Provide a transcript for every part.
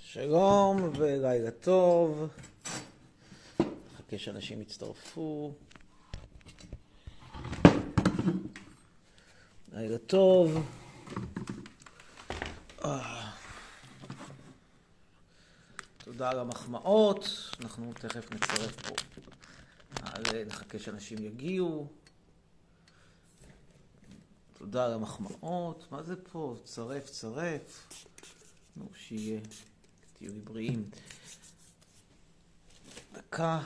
שלום ולילה טוב. נחכה שאנשים יצטרפו. לילה טוב. תודה על המחמאות. אנחנו תכף נצטרף פה. נחכה שאנשים יגיעו. תודה על המחמאות. מה זה פה? צרף. נו, שיהיה. תהיו לי בריאים. דקה.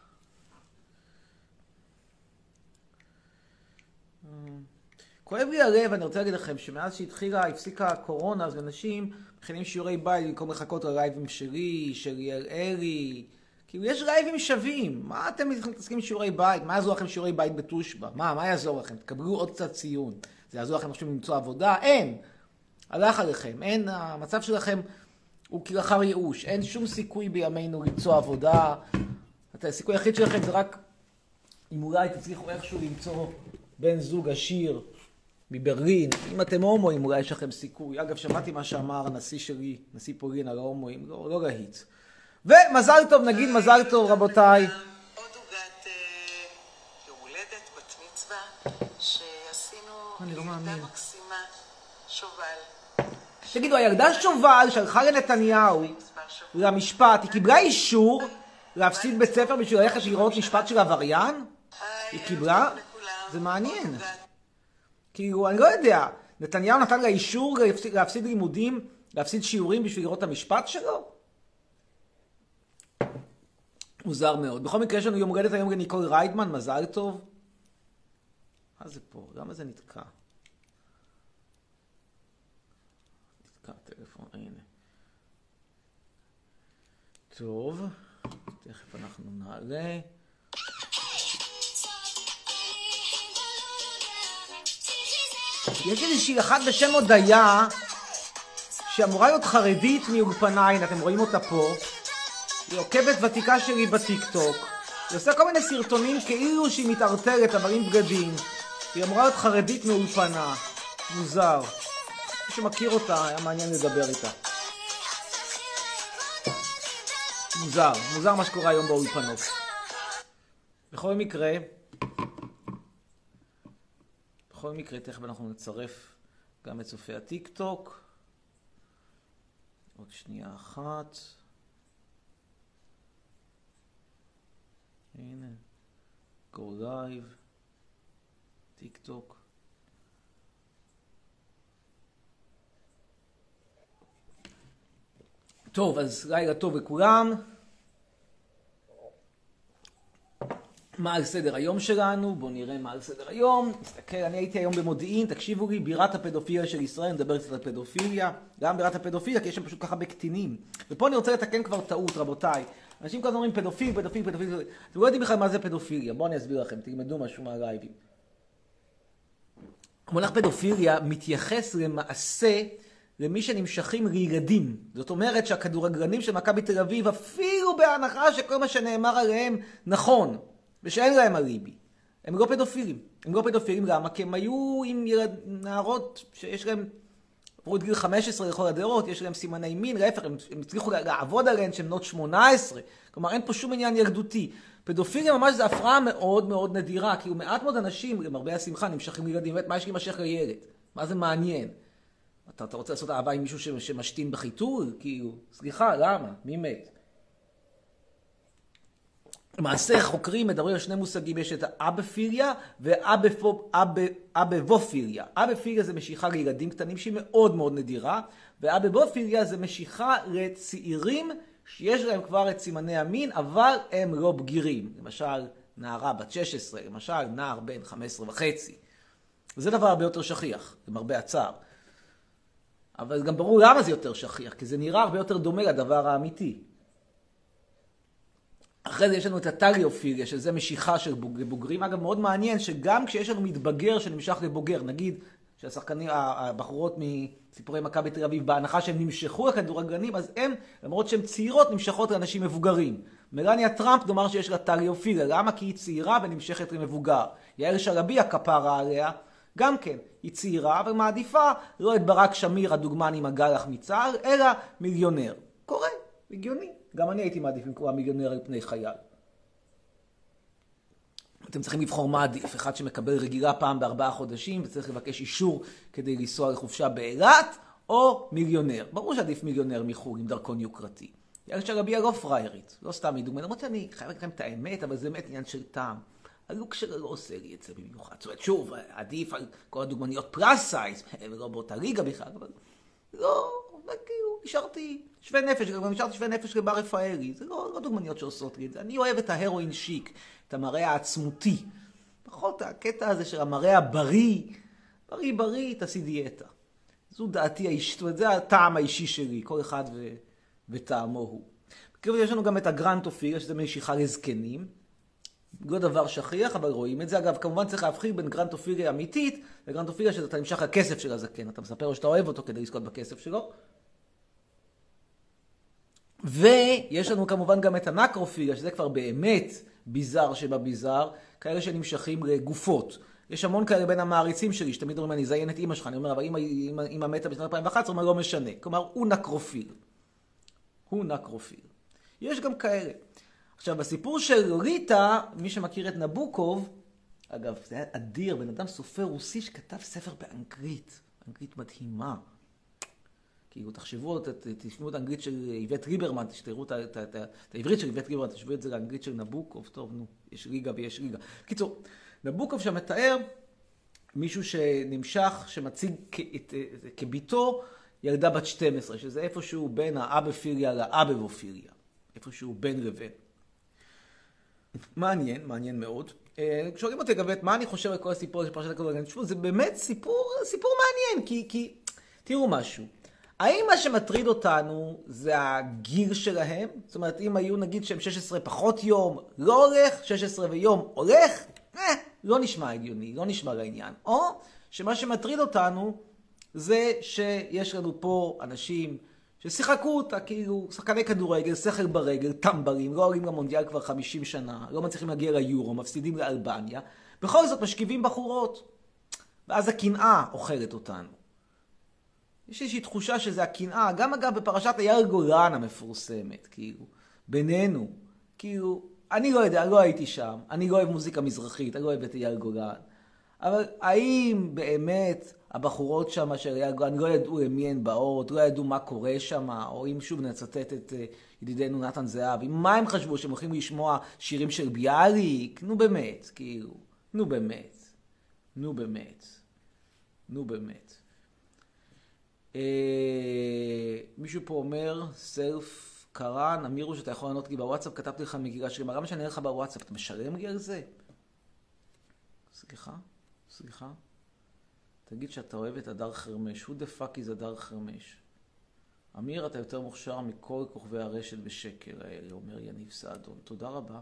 כואב לי הלב, אני רוצה להגיד לכם שמאז הפסיקה הקורונה, אז אנשים מכינים שיעורי בית במקום לחכות ללייבים שלי, של אלי. כאילו יש לייבים שווים. מה אתם מתעסקים עם שיעורי בית? מה יעזור לכם שיעורי בית בתושבע? מה יעזור לכם? תקבלו עוד קצת ציון. זה יעזור לכם עכשיו למצוא עבודה? אין. הלך עליכם. אין, המצב שלכם הוא כלאחר ייאוש. אין שום סיכוי בימינו למצוא עבודה. הסיכוי היחיד שלכם זה רק אם אולי תצליחו איכשהו למצוא בן זוג עשיר מברלין. אם אתם הומואים אולי יש לכם סיכוי. אגב, שמעתי מה שאמר הנשיא שלי, נשיא פולין על ההומואים. לא להיט. ומזל טוב, נגיד מזל טוב רבותיי. עוד עוגת יום הולדת, בת מצווה, שעשינו ילדה מקסימה, שובל. תגידו, הילדה שובל שהלכה לנתניהו למשפט, היא קיבלה אישור להפסיד בית ספר בשביל ללכת לראות משפט של עבריין? היא קיבלה? זה מעניין. כאילו, אני לא יודע, נתניהו נתן לה אישור להפסיד לימודים, להפסיד שיעורים בשביל לראות את המשפט שלו? מוזר מאוד. בכל מקרה יש לנו יום הולדת היום לניקול ריידמן, מזל טוב. מה זה פה? למה זה נתקע? נתקע טלפון, הנה. טוב, תכף אנחנו נעלה. יש איזושהי אחת בשם הודיה שאמורה להיות חרדית מאולפניים, אתם רואים אותה פה. היא עוקבת ותיקה שלי בטיקטוק. היא עושה כל מיני סרטונים כאילו שהיא מתערטלת, אבל עם בגדים. היא אמורה להיות חרדית מאולפנה. מוזר. מי שמכיר אותה, היה מעניין לדבר איתה. מוזר מה שקורה היום באולפנות. בכל מקרה, תכף אנחנו נצרף גם את צופי הטיקטוק. עוד שנייה אחת. הנה, go live, טיק טוק. טוב, אז לילה טוב לכולם. מה על סדר היום שלנו? בואו נראה מה על סדר היום. נסתכל, אני הייתי היום במודיעין, תקשיבו לי, בירת הפדופיליה של ישראל, נדבר קצת על פדופיליה. גם בירת הפדופיליה, כי יש שם פשוט ככה בקטינים. ופה אני רוצה לתקן כבר טעות, רבותיי. אנשים כאן אומרים פדופיל. אתם לא יודעים בכלל מה זה פדופיליה. בואו אני אסביר לכם, תלמדו משהו מהלייבים. המונח פדופיליה מתייחס למעשה למי שנמשכים לילדים. זאת אומרת שהכדורגלנים של מכבי תל אביב, אפילו בהנחה שכל מה שנאמר עליהם נכון, ושאין להם אליבי, הם לא פדופילים. הם לא פדופילים למה? כי הם היו עם נערות שיש להם עברו את גיל 15 לכל הדעות, יש להם סימני מין, להפך, הם הצליחו לעבוד עליהן שהן בנות 18. כלומר, אין פה שום עניין ילדותי. פדופיליה ממש זה הפרעה מאוד מאוד נדירה, כאילו מעט מאוד אנשים, למרבה השמחה, נמשכים לילדים. מה יש להימשך לילד? מה זה מעניין? אתה רוצה לעשות אהבה עם מישהו שמשתין בחיתול? כאילו, סליחה, למה? מי מת? למעשה, חוקרים מדברים על שני מושגים, יש את האבפיליה ואבבופיליה. אבפיליה זה משיכה לילדים קטנים שהיא מאוד מאוד נדירה, ואבבופיליה זה משיכה לצעירים שיש להם כבר את סימני המין, אבל הם לא בגירים. למשל, נערה בת 16, למשל, נער בן 15 וחצי. וזה דבר הרבה יותר שכיח, למרבה הצער. אבל גם ברור למה זה יותר שכיח, כי זה נראה הרבה יותר דומה לדבר האמיתי. אחרי זה יש לנו את הטליופיליה, שזה משיכה של בוגרים. אגב, מאוד מעניין שגם כשיש לנו מתבגר שנמשך לבוגר, נגיד שהשחקנים, הבחורות מסיפורי מכבי תל אביב, בהנחה שהם נמשכו לכדורגלנים, אז הם, למרות שהן צעירות, נמשכות לאנשים מבוגרים. מלניה טראמפ נאמר שיש לה טליופיליה. למה? כי היא צעירה ונמשכת למבוגר. יעל שרעבי הכפרה עליה, גם כן, היא צעירה, אבל מעדיפה לא את ברק שמיר, הדוגמן עם הגלח מצער, אלא מיליונר. קורה. הגיוני. גם אני הייתי מעדיף במקום מיליונר על פני חייל. אתם צריכים לבחור מה עדיף. אחד שמקבל רגילה פעם ב4 חודשים וצריך לבקש אישור כדי לנסוע לחופשה באילת, או מיליונר. ברור שעדיף מיליונר מחו"ל עם דרכון יוקרתי. יאללה שהרבייה לא פריירית, לא סתם היא דוגמה. למרות שאני חייב לכם את האמת, אבל זה באמת עניין של טעם. הלוק שלה לא עושה לי את זה במיוחד. זאת אומרת, שוב, עדיף על כל הדוגמניות פלאס סייז, ולא באותה ליגה בכלל, אבל לא, כאילו, נשארתי שווה נפש, גם נשארתי שווה נפש לבר רפאלי. זה לא דוגמניות שעושות לי את זה. אני אוהב את ההרואין שיק, את המראה העצמותי. פחות הקטע הזה של המראה הבריא, בריא, תעשי דיאטה. זו דעתי האישית, זאת אומרת, זה הטעם האישי שלי, כל אחד וטעמו הוא. בקרוב יש לנו גם את הגרנטופילה, שזה משיכה לזקנים. לא דבר שכיח, אבל רואים את זה. אגב, כמובן צריך להבחיר בין גרנטופילה אמיתית, לגרנטופילה שאתה נמשך הכסף של הזקן. אתה מספר לו שאתה אוהב אותו כדי לזכות בכסף שלו. ויש לנו כמובן גם את הנקרופילה, שזה כבר באמת ביזר שבביזר, כאלה שנמשכים לגופות. יש המון כאלה בין המעריצים שלי, שתמיד אומרים, אני זיין את אמא שלך, אני אומר, אבל אמא מתה בשנת 2011, הוא אומר, לא משנה. כלומר, הוא נקרופיל. יש גם כאלה. עכשיו, בסיפור של ריטה, מי שמכיר את נבוקוב, אגב, זה היה אדיר, בן אדם סופר רוסי שכתב ספר באנגלית, אנגלית מדהימה. כאילו, תחשבו, תשמעו את האנגלית של איבט ריברמן, תשתראו את העברית של איבט ריברמן, תשמעו את זה לאנגלית של נבוקוב, טוב, נו, יש ליגה ויש ליגה. קיצור, נבוקוב שם מתאר מישהו שנמשך, שמציג כביתו ילדה בת 12, שזה איפשהו בין האבפיליה לאבבופיליה, איפשהו בין לבין. מעניין מאוד. כשאומרים אותי לגבי מה אני חושב על כל הסיפור הזה של פרשת הכדורגל, זה באמת סיפור מעניין, כי תראו משהו. האם מה שמטריד אותנו זה הגיל שלהם? זאת אומרת, אם היו נגיד שהם 16 פחות יום, לא הולך, 16 ויום הולך, לא נשמע הגיוני, לא נשמע לעניין. או שמה שמטריד אותנו זה שיש לנו פה אנשים ששיחקו אותה, כאילו, שחקני כדורגל, שכל ברגל, טמברים, לא עולים למונדיאל כבר 50 שנה, לא מצליחים להגיע ליורו, מפסידים לאלבניה, בכל זאת משכיבים בחורות. ואז הקנאה אוכלת אותנו. יש איזושהי תחושה שזה הקנאה, גם אגב בפרשת אייל גולן המפורסמת, כאילו, בינינו, כאילו, אני לא יודע, לא הייתי שם, אני לא אוהב מוזיקה מזרחית, אני לא אוהב את אייל גולן, אבל האם באמת הבחורות שם של אייל גולן לא ידעו למי הן באות, לא ידעו מה קורה שם, או אם שוב נצטט את ידידנו נתן זהב, מה הם חשבו שהם הולכים לשמוע שירים של ביאליק? נו באמת, כאילו, נו באמת. מישהו פה אומר, סלף קרן, אמירו שאתה יכול לענות לי בוואטסאפ, כתבתי לך מגילה שלי, מה שאני אראה לך בוואטסאפ, אתה משלם לי על זה? סליחה. תגיד שאתה אוהב את הדר חרמש, who the fuck is הדר חרמש? אמיר, אתה יותר מוכשר מכל כוכבי הרשת בשקל האלה, אומר יניב סעדון. תודה רבה.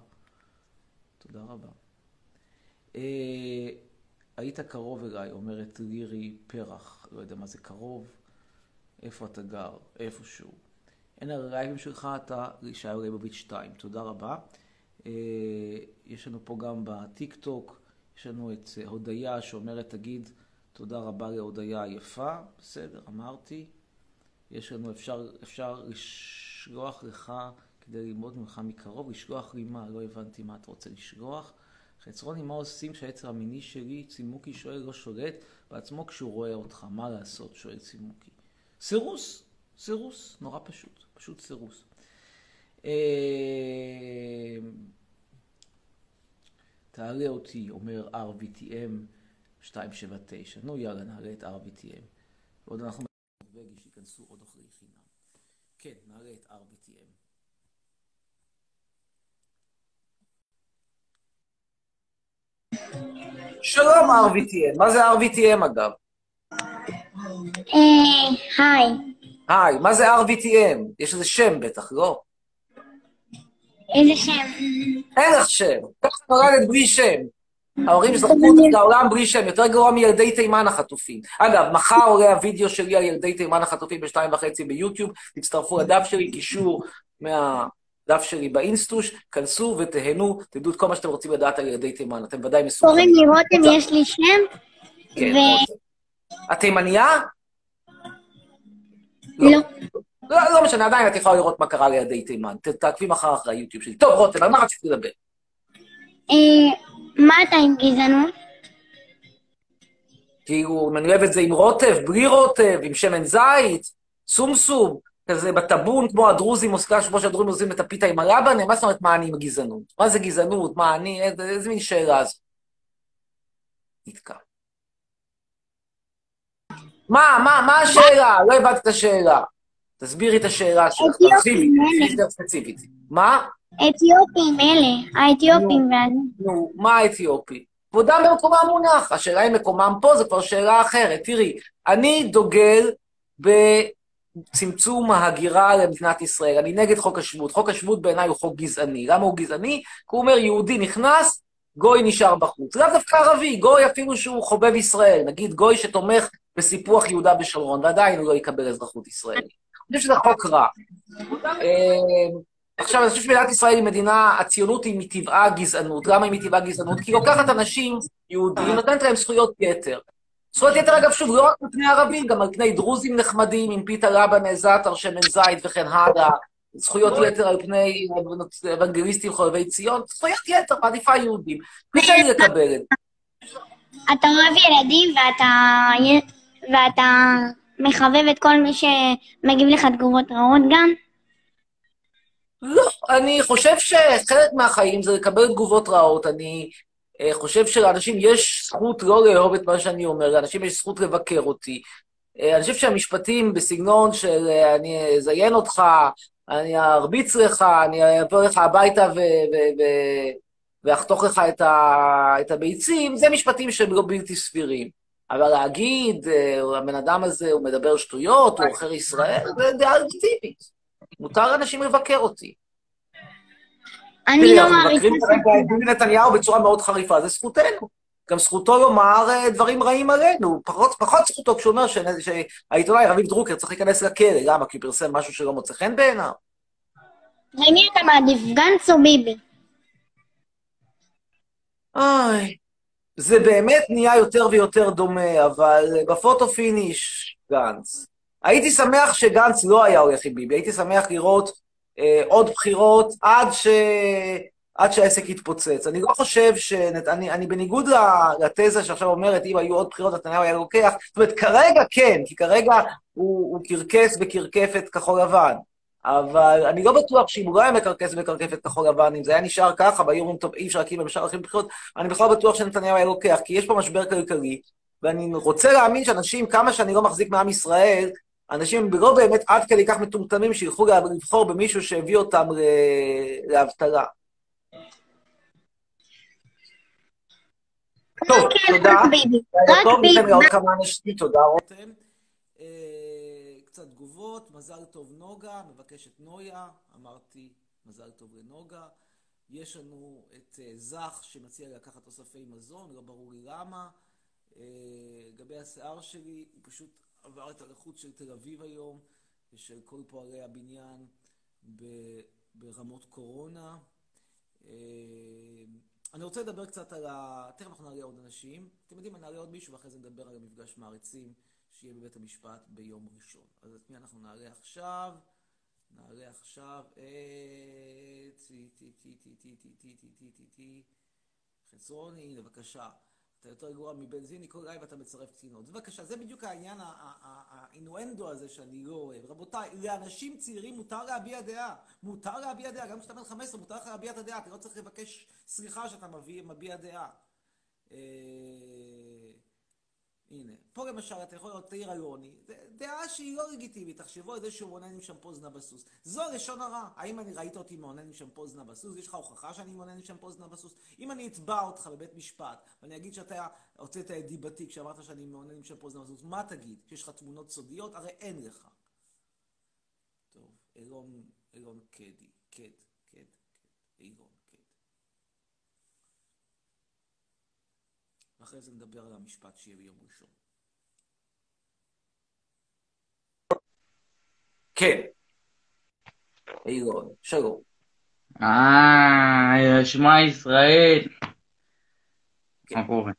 היית קרוב אליי, אומרת לירי פרח, לא יודע מה זה קרוב, איפה אתה גר, איפשהו. אין הרייבים שלך, אתה ישעיהו ליבוביץ' 2, תודה רבה. יש לנו פה גם בטיק טוק, יש לנו את הודיה שאומרת, תגיד תודה רבה להודיה היפה, בסדר, אמרתי. יש לנו, אפשר לשלוח לך כדי ללמוד ממך מקרוב, לשלוח לי מה, לא הבנתי מה אתה רוצה לשלוח. חצרוני, מה עושים כשהיצר המיני שלי, צימוקי שואל לא שולט, בעצמו כשהוא רואה אותך, מה לעשות, שואל צימוקי. סירוס, נורא פשוט סירוס. תעלה אותי, אומר RVTM 279. נו יאללה, נעלה את RVTM. ועוד אנחנו נורווגי שיכנסו עוד אחרי חינם. כן, נעלה את RVTM. שלום RVTM, מה זה RVTM אגב? היי, מה זה RVTM? יש איזה שם בטח, לא? איזה שם? אין לך שם, ככה נולדת בלי שם. ההורים זרקו אותי לעולם בלי שם, יותר גרוע מילדי תימן החטופים. אגב, מחר עולה הוידאו שלי על ילדי תימן החטופים ב2:30 ביוטיוב, תצטרפו לדף שלי, קישור מהדף שלי באינסטוש, כנסו ותהנו, תדעו את כל מה שאתם רוצים לדעת על ילדי תימן, אתם ודאי מסוכנים. קוראים לי רותם, יש לי שם? כן, רותם. את תימניה? לא. לא משנה, עדיין את יכולה לראות מה קרה לידי תימן. תעקבים אחר היוטיוב שלי. טוב, רותם, על מה רציתי לדבר? מה אתה עם גזענות? כאילו, אני אוהב את זה עם רוטב, בלי רוטב, עם שמן זית, סומסום, כזה בטבון, כמו הדרוזים, כמו שהדרוזים עושים את הפיתה עם הלבנה, מה זאת אומרת, מה אני עם הגזענות? מה זה גזענות? מה אני? איזה מין שאלה זו? נתקע. מה השאלה? לא הבנתי את השאלה. תסבירי את השאלה שלך. אתיופים אלה. ספציפית. מה? אתיופים אלה. האתיופים והזה. נו, מה האתיופי? כבודם במקומם מונח. השאלה אם מקומם פה זה כבר שאלה אחרת. תראי, אני דוגל בצמצום ההגירה למדינת ישראל. אני נגד חוק השבות. חוק השבות בעיניי הוא חוק גזעני. למה הוא גזעני? כי הוא אומר יהודי נכנס, גוי נשאר בחוץ. לא דווקא ערבי, גוי אפילו שהוא חובב ישראל. נגיד גוי שתומך בסיפוח יהודה ושומרון, ועדיין הוא לא יקבל אזרחות ישראלית. אני חושב שזה חוק רע. עכשיו, אני חושב שמדינת ישראל היא מדינה, הציונות היא מטבעה גזענות. למה היא מטבעה גזענות? כי היא לוקחת אנשים יהודים, נותנת להם זכויות יתר. זכויות יתר, אגב, שוב, לא רק על פני ערבים, גם על פני דרוזים נחמדים, עם פיתה לבנה, זעתר, שמן זית וכן הלאה. זכויות יתר על פני אוונגליסטים חובבי ציון, זכויות יתר, מעדיפה יהודים. קשה לי לקבל את זה. אתה אוהב ילדים ואתה מחבב את כל מי שמגיב לך תגובות רעות גם? לא, אני חושב שחלק מהחיים זה לקבל תגובות רעות. אני חושב שלאנשים יש זכות לא לאהוב את מה שאני אומר, לאנשים יש זכות לבקר אותי. אני חושב שהמשפטים בסגנון של אני אזיין אותך, אני ארביץ לך, אני אעבור לך הביתה ואחתוך לך את הביצים, זה משפטים שהם לא בלתי סבירים. אבל להגיד, הבן אדם הזה הוא מדבר שטויות, הוא עוכר ישראל, זה דעה לגיטימית. מותר לאנשים לבקר אותי. אני לא מעריכה... מבקרים כרגע את ביבי נתניהו בצורה מאוד חריפה, זה זכותנו. גם זכותו לומר דברים רעים עלינו. פחות זכותו כשהוא אומר שהעיתונאי רביב דרוקר צריך להיכנס לכלא. למה? כי הוא פרסם משהו שלא מוצא חן בעיניו. למי אתה מעדיף, גנץ או ביבי? זה באמת נהיה יותר ויותר דומה, אבל בפוטו פיניש גנץ. הייתי שמח שגנץ לא היה הולך עם ביבי, הייתי שמח לראות עוד בחירות עד שהעסק יתפוצץ. אני לא חושב אני בניגוד לתזה שעכשיו אומרת, אם היו עוד בחירות, נתניהו היה לוקח, זאת אומרת, כרגע כן, כי כרגע הוא קרקס וקרקפת כחול לבן. אבל אני לא בטוח שאם הוא לא היה מקרקס וקרקפת כחול לבן, אם זה היה נשאר ככה, והיו אומרים, טוב, אי אפשר להקים במשל אחרים בחירות, אני בכלל בטוח שנתניהו היה לוקח, כי יש פה משבר כלכלי, ואני רוצה להאמין שאנשים, כמה שאני לא מחזיק מעם ישראל, אנשים לא באמת עד כדי כך מטומטמים שילכו לבחור במישהו שהביא אותם לאבטלה. טוב, תודה. טוב, ניתן לי עוד כמה אנשים, תודה רותם. קצת תגובות, מזל טוב נוגה, מבקשת נויה, אמרתי מזל טוב לנוגה. יש לנו את זך שמציע לקחת תוספי מזון, לא ברור לי למה. לגבי השיער שלי, הוא פשוט עבר את הלחות של תל אביב היום, ושל כל פועלי הבניין ברמות קורונה. אני רוצה לדבר קצת על תכף אנחנו נעלה עוד אנשים. אתם יודעים, נעלה עוד מישהו, ואחרי זה נדבר על המפגש מעריצים שיהיה בבית המשפט ביום ראשון. אז את מי אנחנו נעלה עכשיו? נעלה עכשיו את... חצרוני, בבקשה. אתה יותר גרוע מבנזין, כל גיא ואתה מצרף קצינות. בבקשה, זה בדיוק העניין, האינואנדו הזה שאני לא אוהב. רבותיי, לאנשים צעירים מותר להביע דעה. מותר להביע דעה. גם כשאתה בן 15, מותר לך להביע את הדעה. אתה לא צריך לבקש סליחה שאתה מביע דעה. הנה, פה למשל אתה יכול לראות תאיר אלוני, דעה שהיא לא לגיטימית, תחשבו על זה שהוא מעונן עם שמפו זנב בסוס. זו לשון הרע. האם אני ראית אותי מעונן עם שמפו זנב בסוס? יש לך הוכחה שאני מעונן עם שמפו זנב בסוס? אם אני אתבע אותך בבית משפט, ואני אגיד שאתה הוצאת את דיבתי כשאמרת שאני מעונן עם שמפו זנב בסוס, מה תגיד? שיש לך תמונות סודיות? הרי אין לך. טוב, אילון קדי, אילון. ואחרי זה נדבר על המשפט שיהיה ביום ראשון. כן. אילון, שלום. שמע ישראל. כן. מה קורה?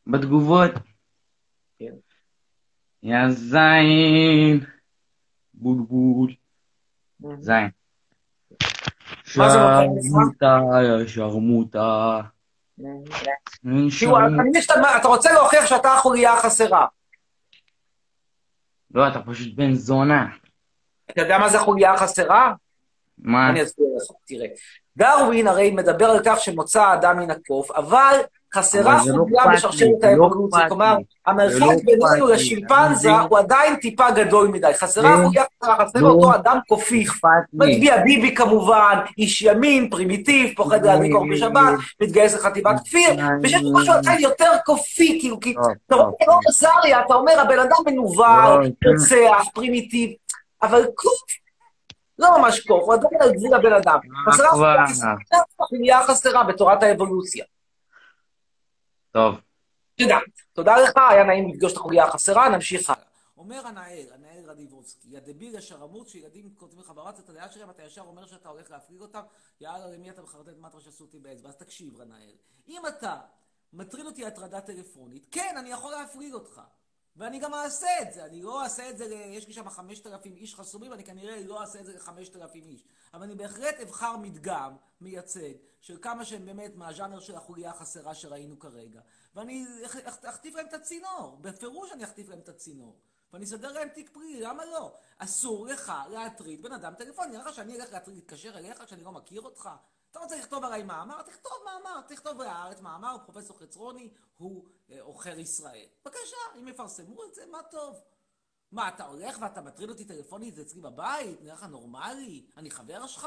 בתגובות. כן. יא זין. בולבול. זין. מה זה נותן לך? שרמוטה, יא שרמוטה. תראו, אני מבין שאתה רוצה להוכיח שאתה החוליה החסרה. לא, אתה פשוט בן זונה. אתה יודע מה זה החוליה החסרה? מה? אני אסביר לך, תראה. דרווין הרי מדבר על כך שמוצא האדם מן הקוף, אבל חסרה חוליה בשרשרת האבולוציה. כלומר, המרחק בינינו לשימפנזה הוא עדיין טיפה גדול מדי. חסרה חוליה חסרה, חסר אותו אדם קופי. מצביע ביבי כמובן, איש ימין, פרימיטיב, פוחד להדליק אור בשבת, מתגייס לחטיבת כפיר, ושיש לו משהו עדיין יותר קופי, כאילו, כי אתה רואה לא עזריה, אתה אומר, הבן אדם מנוול, פרצח, פרימיטיב, אבל קוף, לא ממש קוף, הוא עדיין על גבול הבן אדם. חסרה חוליה חסרה בתורת האבולוציה. טוב. תודה לך, היה נעים לפגוש את החוליה החסרה, נמשיך הלאה. אומר הנער רדיבובסקי, יא דביל השרמוט שילדים כותבים לך ברצת הדעה שלהם, אתה ישר אומר שאתה הולך להפריג אותם, יאללה, למי אתה מחרטט מטרה שעשו אותי באצבע, אז תקשיב, הנער. אם אתה מטריד אותי הטרדה טלפונית, כן, אני יכול להפריג אותך. ואני גם אעשה את זה, אני לא אעשה את זה, יש לי שם 5,000 איש חסומים, אני כנראה לא אעשה את זה ל5,000 איש. אבל אני בהחלט אבחר מדגם מייצג של כמה שהם באמת מהז'אנר של החוליה החסרה שראינו כרגע. ואני אכתיב להם את הצינור, בפירוש אני אכתיב להם את הצינור. ואני אסדר להם תיק פרי, למה לא? אסור לך להטריד בן אדם טלפון, נראה לך שאני אלך להתקשר אליך כשאני לא מכיר אותך? אתה רוצה לכתוב עליי מאמר? תכתוב מאמר, תכתוב בהארץ מאמר, פרופסור חצרוני הוא עוכר ישראל. בבקשה, אם יפרסמו את זה, מה טוב. מה, אתה הולך ואתה מטריד אותי טלפונית אצלי בבית? נראה לך נורמלי? אני חבר שלך?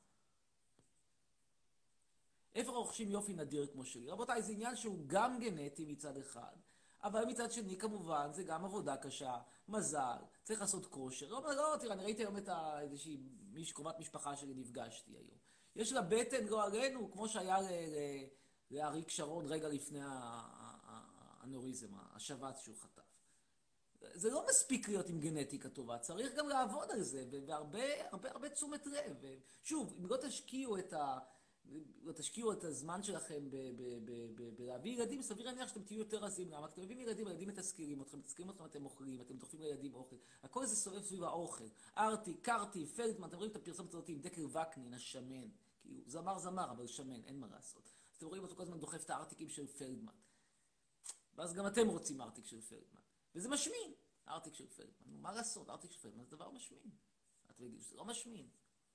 איפה רוכשים יופי נדיר כמו שלי? רבותיי, זה עניין שהוא גם גנטי מצד אחד, אבל מצד שני כמובן זה גם עבודה קשה, מזל, צריך לעשות כושר. לא, תראה, אני ראיתי היום את איזושהי קרובת משפחה שלי, נפגשתי היום. יש לה בטן לא עלינו, כמו שהיה לאריק שרון רגע לפני האנוריזם, השבץ שהוא חטף. זה לא מספיק להיות עם גנטיקה טובה, צריך גם לעבוד על זה, והרבה תשומת לב. שוב, אם לא תשקיעו את הזמן שלכם בלהביא ילדים, סביר להניח שאתם תהיו יותר רזים. למה? אתם מביאים ילדים מתסכירים אתכם, אתם אוכלים, אתם דוחפים לילדים אוכל. הכל זה סובב סביב האוכל. ארטי, קרטי, פלדמן, אתם רואים את הפרסומת הזאת עם דקל וקנין, השמן. כאילו, זמר, אבל שמן, אין מה לעשות. אתם רואים אותו כל הזמן דוחף את הארטיקים של פלדמן. ואז גם אתם רוצים ארטיק של פלדמן. וזה משמין, ארטיק של פלדמן. מה לעשות? ארטיק של פלדמן זה דבר משמין. אתם יודעים שזה לא משמין.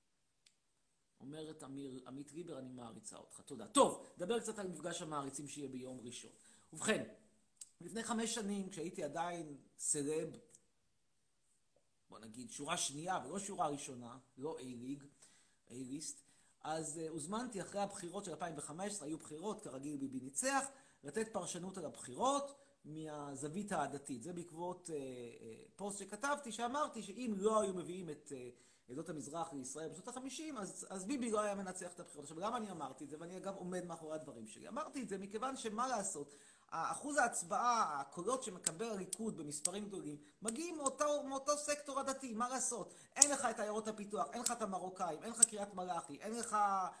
אומרת עמית ריבר, אני מעריצה אותך. תודה. טוב, דבר קצת על מפגש המעריצים שיהיה ביום ראשון. ובכן, לפני 5 שנים, כשהייתי עדיין סלב, בוא נגיד, שורה שנייה ולא שורה ראשונה, לא A-ליסט, אז הוזמנתי אחרי הבחירות של 2015, היו בחירות, כרגיל ביבי ניצח, לתת פרשנות על הבחירות מהזווית העדתית. זה בעקבות פוסט שכתבתי, שאמרתי שאם לא היו מביאים את עדות המזרח לישראל בשנות ה-50, אז ביבי לא היה מנצח את הבחירות. עכשיו, למה אני אמרתי את זה? ואני אגב עומד מאחורי הדברים שלי. אמרתי את זה מכיוון שמה לעשות? אחוז ההצבעה, הקולות שמקבל הליכוד במספרים גדולים, מגיעים מאותו סקטור עדתי. מה לעשות? אין לך את עיירות הפיתוח, אין לך את המרוקאים, אין לך קריית מלאכי, אין לך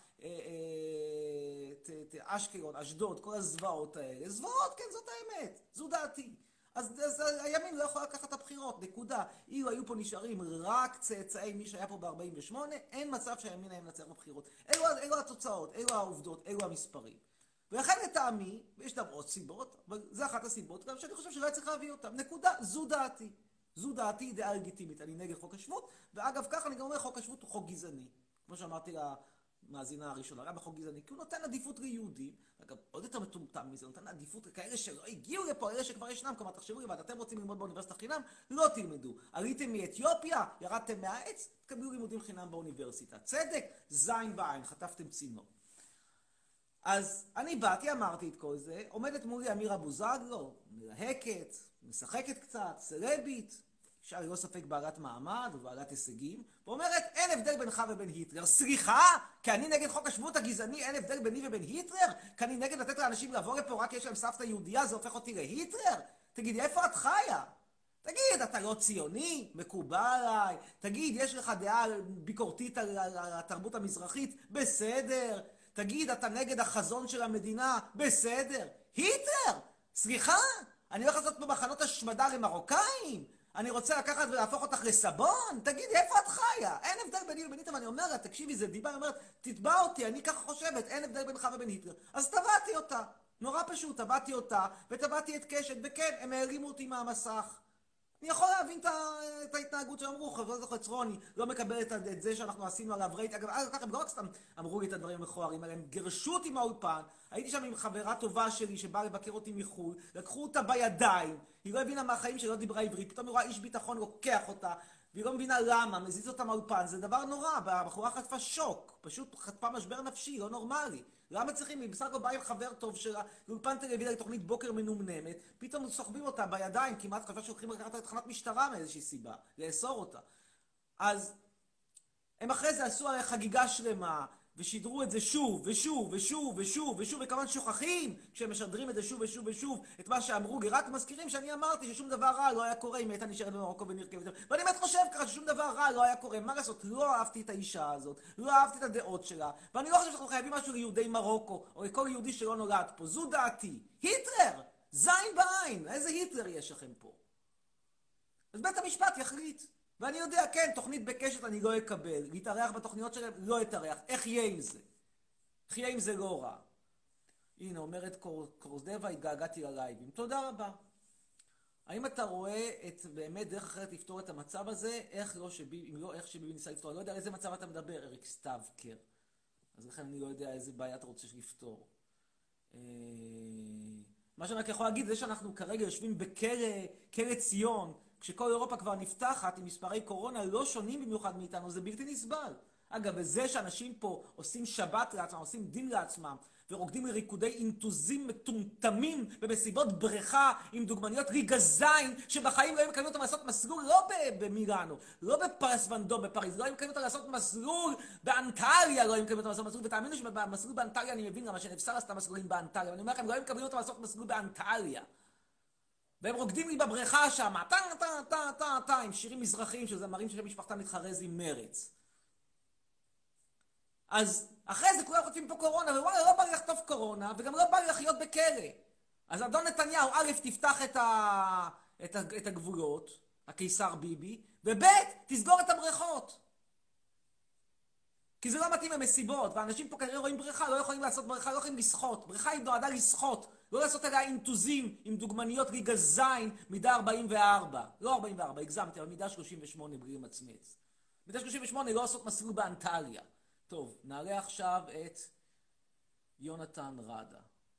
אשקלון, אשדוד, כל הזוועות האלה. זוועות, כן, זאת האמת. זו דעתי. אז הימין לא יכול לקחת את הבחירות, נקודה. אילו היו פה נשארים רק צאצאי מי שהיה פה ב-48, אין מצב שהימין היה מנצח בבחירות. אלו התוצאות, אלו העובדות, אלו המספרים. ולכן לטעמי, ויש גם עוד סיבות, אבל זה אחת הסיבות, גם שאני חושב שלא היה צריך להביא אותם. נקודה, זו דעתי. זו דעתי, דעה לגיטימית. אני נגד חוק השבות, ואגב כך אני גם אומר, חוק השבות הוא חוק גזעני. כמו שאמרתי למאזינה הראשונה, גם בחוק גזעני, כי הוא נותן עדיפות ליהודים, אגב, עוד יותר מטומטם מזה, נותן עדיפות לכאלה שלא הגיעו לפה, אלה שכבר ישנם, כלומר, תחשבו לבד, אתם רוצים ללמוד באוניברסיטה חינם, לא תלמדו. עליתם מאתיופיה, ירדתם מהעץ, תקבלו לימודים חינם באוניברסיטה. צדק, זין בעין, חטפתם צינור. אז אני באתי, אמרתי את כל זה, עומדת מולי אמיר אבוזגלו, מלהקת, משחקת קצת, סלבית, אפשר לא ספק בעלת מעמד ובעלת הישגים, ואומרת, אין הבדל בינך ובין היטלר. סליחה? כי אני נגד חוק השבות הגזעני, אין הבדל ביני ובין היטלר? כי אני נגד לתת לאנשים לבוא לפה רק כי יש להם סבתא יהודייה, זה הופך אותי להיטלר? תגידי, איפה את חיה? תגיד, אתה לא ציוני? מקובל עליי. תגיד, יש לך דעה ביקורתית על התרבות המזרחית? בסדר. תגיד, אתה נגד החזון של המדינה? בסדר. היטלר? סליחה? אני הולך לעשות פה מחנות השמדה למרוקאים? אני רוצה לקחת ולהפוך אותך לסבון? תגידי, איפה את חיה? אין הבדל ביני ובין היטלר. אני אומר לה, תקשיבי, זה דיבה, אני אומרת, תתבע אותי, אני ככה חושבת, אין הבדל בינך ובין היטלר. אז טבעתי אותה. נורא פשוט, טבעתי אותה, וטבעתי את קשת, וכן, הם הערימו אותי מהמסך. אני יכול להבין את ההתנהגות שאמרו, חברת חצרוני, לא מקבלת את זה שאנחנו עשינו עליו רייט. אגב, הם לא רק סתם אמרו לי את הדברים המכוערים, אלא הם גירשו אותי מהאולפן, הייתי שם עם חברה טובה שלי שבאה לבקר אותי מחו"ל, לקחו אותה בידיים, היא לא הבינה מהחיים שלי, לא דיברה עברית, פתאום היא רואה איש ביטחון לוקח אותה, והיא לא מבינה למה, מזיז אותה מהאולפן, זה דבר נורא, הבחורה חטפה שוק, פשוט חטפה משבר נפשי, לא נורמלי. למה צריכים? היא בסך הכל באה עם חבר טוב שלה, לאולפן טלוויזיה לתוכנית בוקר מנומנמת, פתאום סוחבים אותה בידיים, כמעט חשבה שהולכים לקחת לתחנת משטרה מאיזושהי סיבה, לאסור אותה. אז הם אחרי זה עשו עליה חגיגה שלמה, ושידרו את זה שוב, ושוב, ושוב, ושוב, ושוב, וכמובן שוכחים כשהם משדרים את זה שוב ושוב ושוב, את מה שאמרו לי, רק מזכירים שאני אמרתי ששום דבר רע לא היה קורה אם הייתה נשארת במרוקו ונרכבת. ואני באמת חושב ככה ששום דבר רע לא היה קורה. מה לעשות? לא אהבתי את האישה הזאת, לא אהבתי את הדעות שלה, ואני לא חושב שאנחנו חייבים משהו ליהודי מרוקו, או לכל יהודי שלא נולד פה. זו דעתי. היטלר! זין בעין! איזה היטלר יש לכם פה? אז בית המשפט יחליט. ואני יודע, כן, תוכנית בקשת אני לא אקבל. להתארח בתוכניות שלהם, לא אתארח. איך יהיה עם זה? איך יהיה עם זה לא רע? הנה, אומרת קורסדבה, התגעגעתי ללייבים. תודה רבה. האם אתה רואה את באמת דרך אחרת לפתור את המצב הזה? איך לא שביבי, אם לא איך שביבי ניסה לפתור? אני לא יודע על איזה מצב אתה מדבר, אריק סטאבקר. אז לכן אני לא יודע איזה בעיה אתה רוצה לפתור. מה שאני רק יכול להגיד זה שאנחנו כרגע יושבים בכלא ציון, כשכל אירופה כבר נפתחת עם מספרי קורונה לא שונים במיוחד מאיתנו, זה בלתי נסבל. אגב, וזה שאנשים פה עושים שבת לעצמם, עושים דין לעצמם, ורוקדים לריקודי אינטוזים מטומטמים במסיבות בריכה עם דוגמניות ליגה זין, שבחיים לא מקבלים אותם לעשות מסלול לא במילאנו, לא בפרס ונדו בפריז, לא מקבלים אותם לעשות מסלול באנטליה, לא מקבלים אותם לעשות מסלול, ותאמינו שבמסלול באנטליה אני מבין למה שנפסר עשתה מסלולים באנטליה, ואני אומר לכם, לא מקבלים אותם לעשות מסלול באנטליה. והם רוקדים לי בבריכה שם, טה טה טה טה טה, עם שירים מזרחיים של זמרים שמשפחתם מתחרז עם מרץ. אז אחרי זה כולם חוטפים פה קורונה, ווואלה, לא בא לי לחטוף קורונה, וגם לא בא לי לחיות בכלא. אז אדון נתניהו, א', תפתח את הגבולות, הקיסר ביבי, וב', תסגור את הבריכות. כי זה לא מתאים למסיבות, ואנשים פה כנראה רואים בריכה, לא יכולים לעשות בריכה, לא יכולים לשחות. בריכה היא נועדה לשחות, לא לעשות עליה אינטוזים עם דוגמניות ליגה זין, מידה 44. לא 44, הגזמתי, אבל מידה 38 בלי למצמץ. מידה 38 לא לעשות מסלול באנטליה. טוב, נעלה עכשיו את יונתן רדה.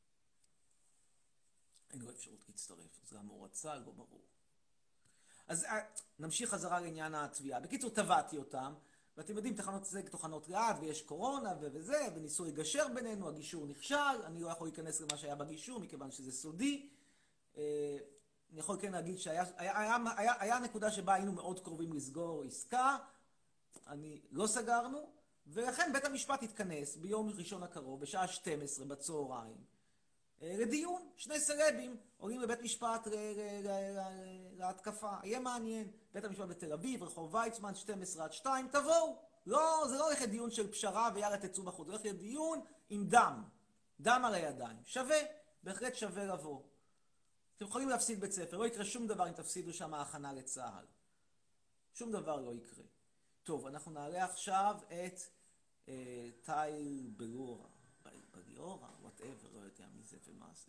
אין לו אפשרות להצטרף, אז גם הוא רצה, לא ברור. אז נמשיך חזרה לעניין התביעה. בקיצור, טבעתי אותם, ואתם יודעים, תחנות רעד, ויש קורונה וזה, וניסו לגשר בינינו, הגישור נכשל, אני לא יכול להיכנס למה שהיה בגישור, מכיוון שזה סודי. אני יכול כן להגיד שהיה נקודה שבה היינו מאוד קרובים לסגור עסקה, לא סגרנו, ולכן בית המשפט התכנס ביום ראשון הקרוב, בשעה 12 בצהריים, לדיון. שני סלבים עולים לבית משפט להתקפה. יהיה מעניין. בית המשפט בתל אביב, רחוב ויצמן, 12-2, תבואו. לא, זה לא הולך לדיון של פשרה ויאללה תצאו בחוץ. זה הולך לדיון עם דם. דם על הידיים. שווה, בהחלט שווה לבוא. אתם יכולים להפסיד בית ספר. לא יקרה שום דבר אם תפסידו שם ההכנה לצה"ל. שום דבר לא יקרה. טוב, אנחנו נעלה עכשיו את טייל בלורה. בליאורה, whatever, לא יודע מי זה ומה זה.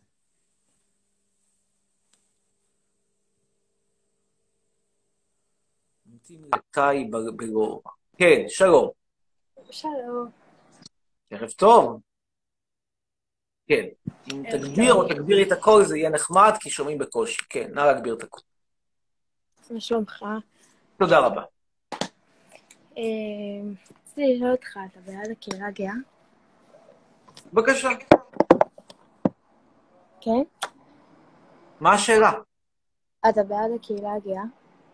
נמתין לטייל בלורה. כן, שלום. שלום. ערב טוב. כן, אם תגביר או תגבירי את הכל זה יהיה נחמד, כי שומעים בקושי. כן, נא להגביר את הכל. מה שלומך? תודה רבה. רציתי לשאול אותך, אתה בעד הקהילה הגאה? בבקשה. כן? מה השאלה? אתה בעד הקהילה הגאה?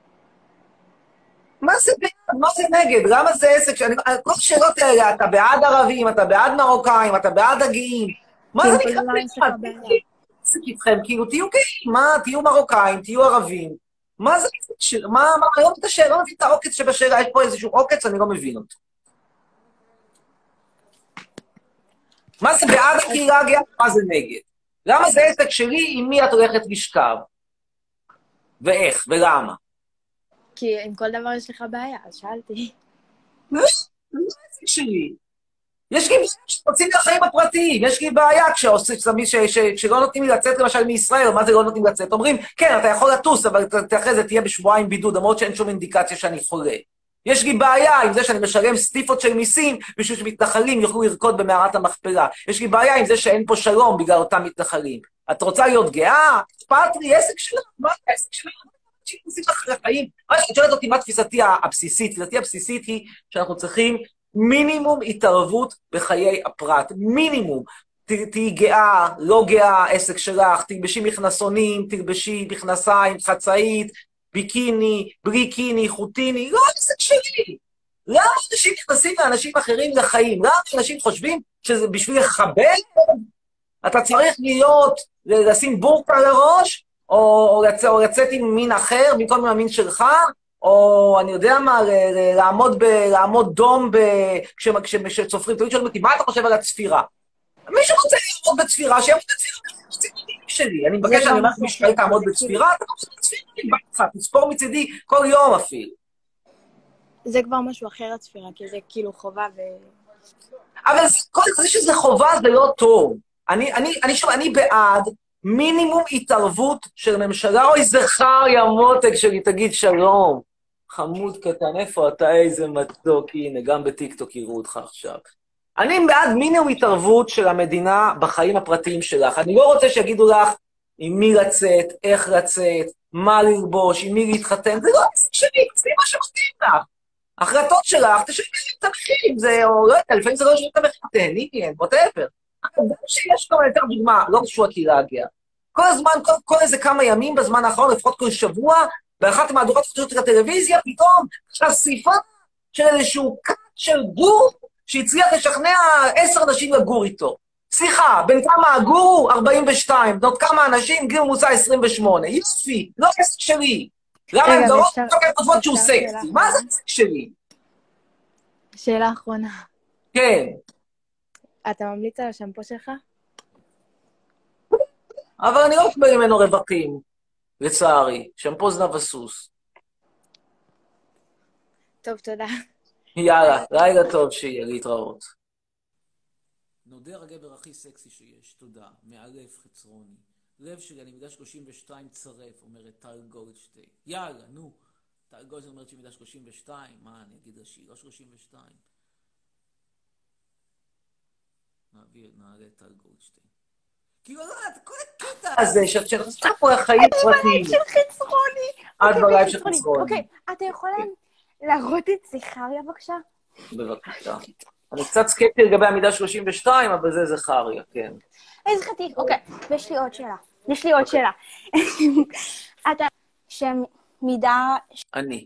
מה זה בעד? מה זה נגד? למה זה עסק? כל השאלות האלה, אתה בעד ערבים, אתה בעד מרוקאים, אתה בעד הגאים. מה זה נקרא בעד? עסק איתכם, כאילו תהיו גאים, מה? תהיו מרוקאים, תהיו ערבים. מה זה? מה? לא מבין את השאלה, לא מבין את העוקץ שבשאלה, יש פה איזשהו עוקץ, אני לא מבין אותו. מה זה בעד הקהילה הגאה? מה זה נגד? למה זה עסק שלי עם מי את הולכת לשכב? ואיך, ולמה? כי עם כל דבר יש לך בעיה, אז שאלתי. זה עסק שלי. יש לי בעיה שרוצים לחיים הפרטיים, יש לי בעיה כשלא נותנים לי לצאת למשל מישראל, מה זה לא נותנים לצאת? אומרים, כן, אתה יכול לטוס, אבל אחרי זה תהיה בשבועיים בידוד, למרות שאין שום אינדיקציה שאני חולה. יש לי בעיה עם זה שאני משלם סטיפות של מיסים, בשביל שמתנחלים יוכלו לרקוד במערת המכפלה. יש לי בעיה עם זה שאין פה שלום בגלל אותם מתנחלים. את רוצה להיות גאה? אכפת לי, עסק שלך, מה העסק שלך? שעושים לך לחיים. מה שאת שואלת אותי, מה תפיסתי הבסיסית? תפיסתי הבסיסית היא שאנחנו צריכים מינימום התערבות בחיי הפרט. מינימום. תהי גאה, לא גאה, עסק שלך, תלבשי מכנסונים, תלבשי מכנסיים, חצאית, ביקיני, בריקיני, חוטיני, לא עסק שלי. למה אנשים נכנסים לאנשים אחרים לחיים? למה אנשים חושבים שזה בשביל לחבל? אתה צריך להיות, לשים בורקה לראש, או לצאת עם מין אחר, במקום עם המין שלך, או אני יודע מה, לעמוד דום כשצופרים. תמיד שואלים אותי, מה אתה חושב על הצפירה? מישהו רוצה לעמוד בצפירה, שיעמוד בצפירה. שלי. אני מבקש שאני אומר מי שואל תעמוד בצפירה, אתה חושב בצפירה, תספור מצידי כל יום אפילו. זה כבר משהו אחר הצפירה, כי זה כאילו חובה אבל זה שזה חובה זה לא טוב. אני בעד מינימום התערבות של ממשלה, אוי זכר ימותק שלי, תגיד שלום. חמוד קטן, איפה אתה? איזה מתוק, הנה, גם בטיקטוק יראו אותך עכשיו. אני בעד מינימום התערבות של המדינה בחיים הפרטיים שלך. אני לא רוצה שיגידו לך עם מי לצאת, איך לצאת, מה ללבוש, עם מי להתחתן, זה לא עסק שלי, זה מה שמתאים לך. החלטות שלך, תשאלי את המחירים, זה, או לא יודע, לפעמים זה לא ישאלי את המחיר, תהני מהם, whatever. אבל שיש כמה יותר דוגמה, לא קשור הקהילה הגאה. כל הזמן, כל איזה כמה ימים בזמן האחרון, לפחות כל שבוע, באחת המהדורות חדשות של הטלוויזיה, פתאום חשיפה של איזשהו קאט של גור, שהצליח לשכנע 10 אנשים לגור איתו. סליחה, בין כמה הגורו? 42, בנות כמה אנשים? גיל ממוצע 28. יופי, לא עסק שלי. למה הם דורות? אני חושבות שהוא סקסי. מה זה עסק שלי? שאלה אחרונה. כן. אתה ממליץ על השמפו שלך? אבל אני לא מקבל ממנו רווחים, לצערי. שמפו זנב הסוס. טוב, תודה. יאללה, לילה טוב שיהיה, להתראות. נודר הגבר הכי סקסי שיש, תודה. מאלף חצרוני. לב שלי, אני מידה 32 צרף, אומרת טל גולדשטיין. יאללה, נו. טל גולדשטיין אומרת שהיא מידה 32, מה אני אגיד לה שהיא לא 32? נעלה טל גולדשטיין. כאילו, לא, אתה כל הקטע הזה, שאת עושה פה החיים פרטיים. של חצרוני. את בלייב של חצרוני. אוקיי, אתה יכול להראות את זכריה בבקשה? בבקשה. אני קצת סקפטי לגבי המידה 32, אבל זה זכריה, כן. איזה חתיך, אוקיי, ויש לי עוד שאלה. יש לי עוד שאלה. אתה, שמידה אני.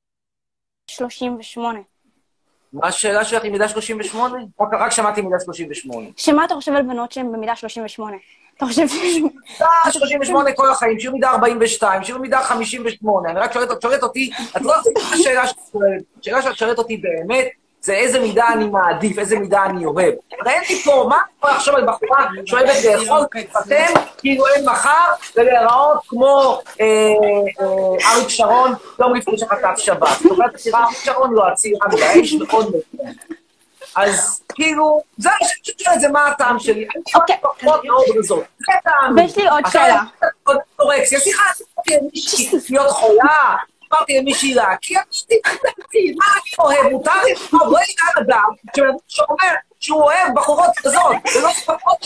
38. מה השאלה שלך עם מידה 38? רק שמעתי מידה 38. שמה אתה חושב על בנות שהן במידה 38? אתה חושב מידה 38 כל החיים, שיהיו מידה 42, שיהיו מידה 58. אני רק שואלת אותי, את לא עושה את השאלה שאת שואלת. השאלה שאת שואלת אותי באמת, זה איזה מידה אני מעדיף, איזה מידה אני אוהב. הרי אין לי פה, מה אני יכול לחשוב על בחורה שאוהבת לאכול פטם, כאילו אין מחר, ולהיראות כמו אריק שרון, יום לפני שחטף שבת. זאת אומרת, אריק שרון לא הצעירה מדי, האיש מאוד מתאים. אז כאילו, זה שואלת, זה מה הטעם שלי. אני אוהבת פחות מאוד בזאת. זה טעם. ויש לי עוד שאלה. סליחה, אני מישהי להיות חולה, אמרתי למישהי להכיר, מה אני אוהב? מותר לי לא יגע אדם שאומר שהוא אוהב בחורות כזאת, ולא ספקות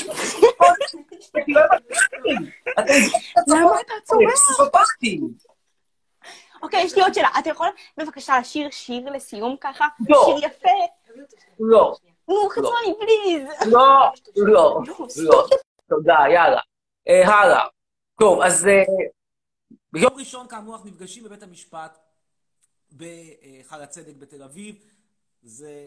למה אתה צורח? ספקתי. אוקיי, יש לי עוד שאלה. אתה יכול בבקשה לשיר שיר לסיום ככה? לא. שיר יפה. לא. נו, חצרוני, פליז. לא. תודה, יאללה. הלאה. טוב, אז ביום ראשון, כאמור, אנחנו נפגשים בבית המשפט בהר הצדק בתל אביב. זה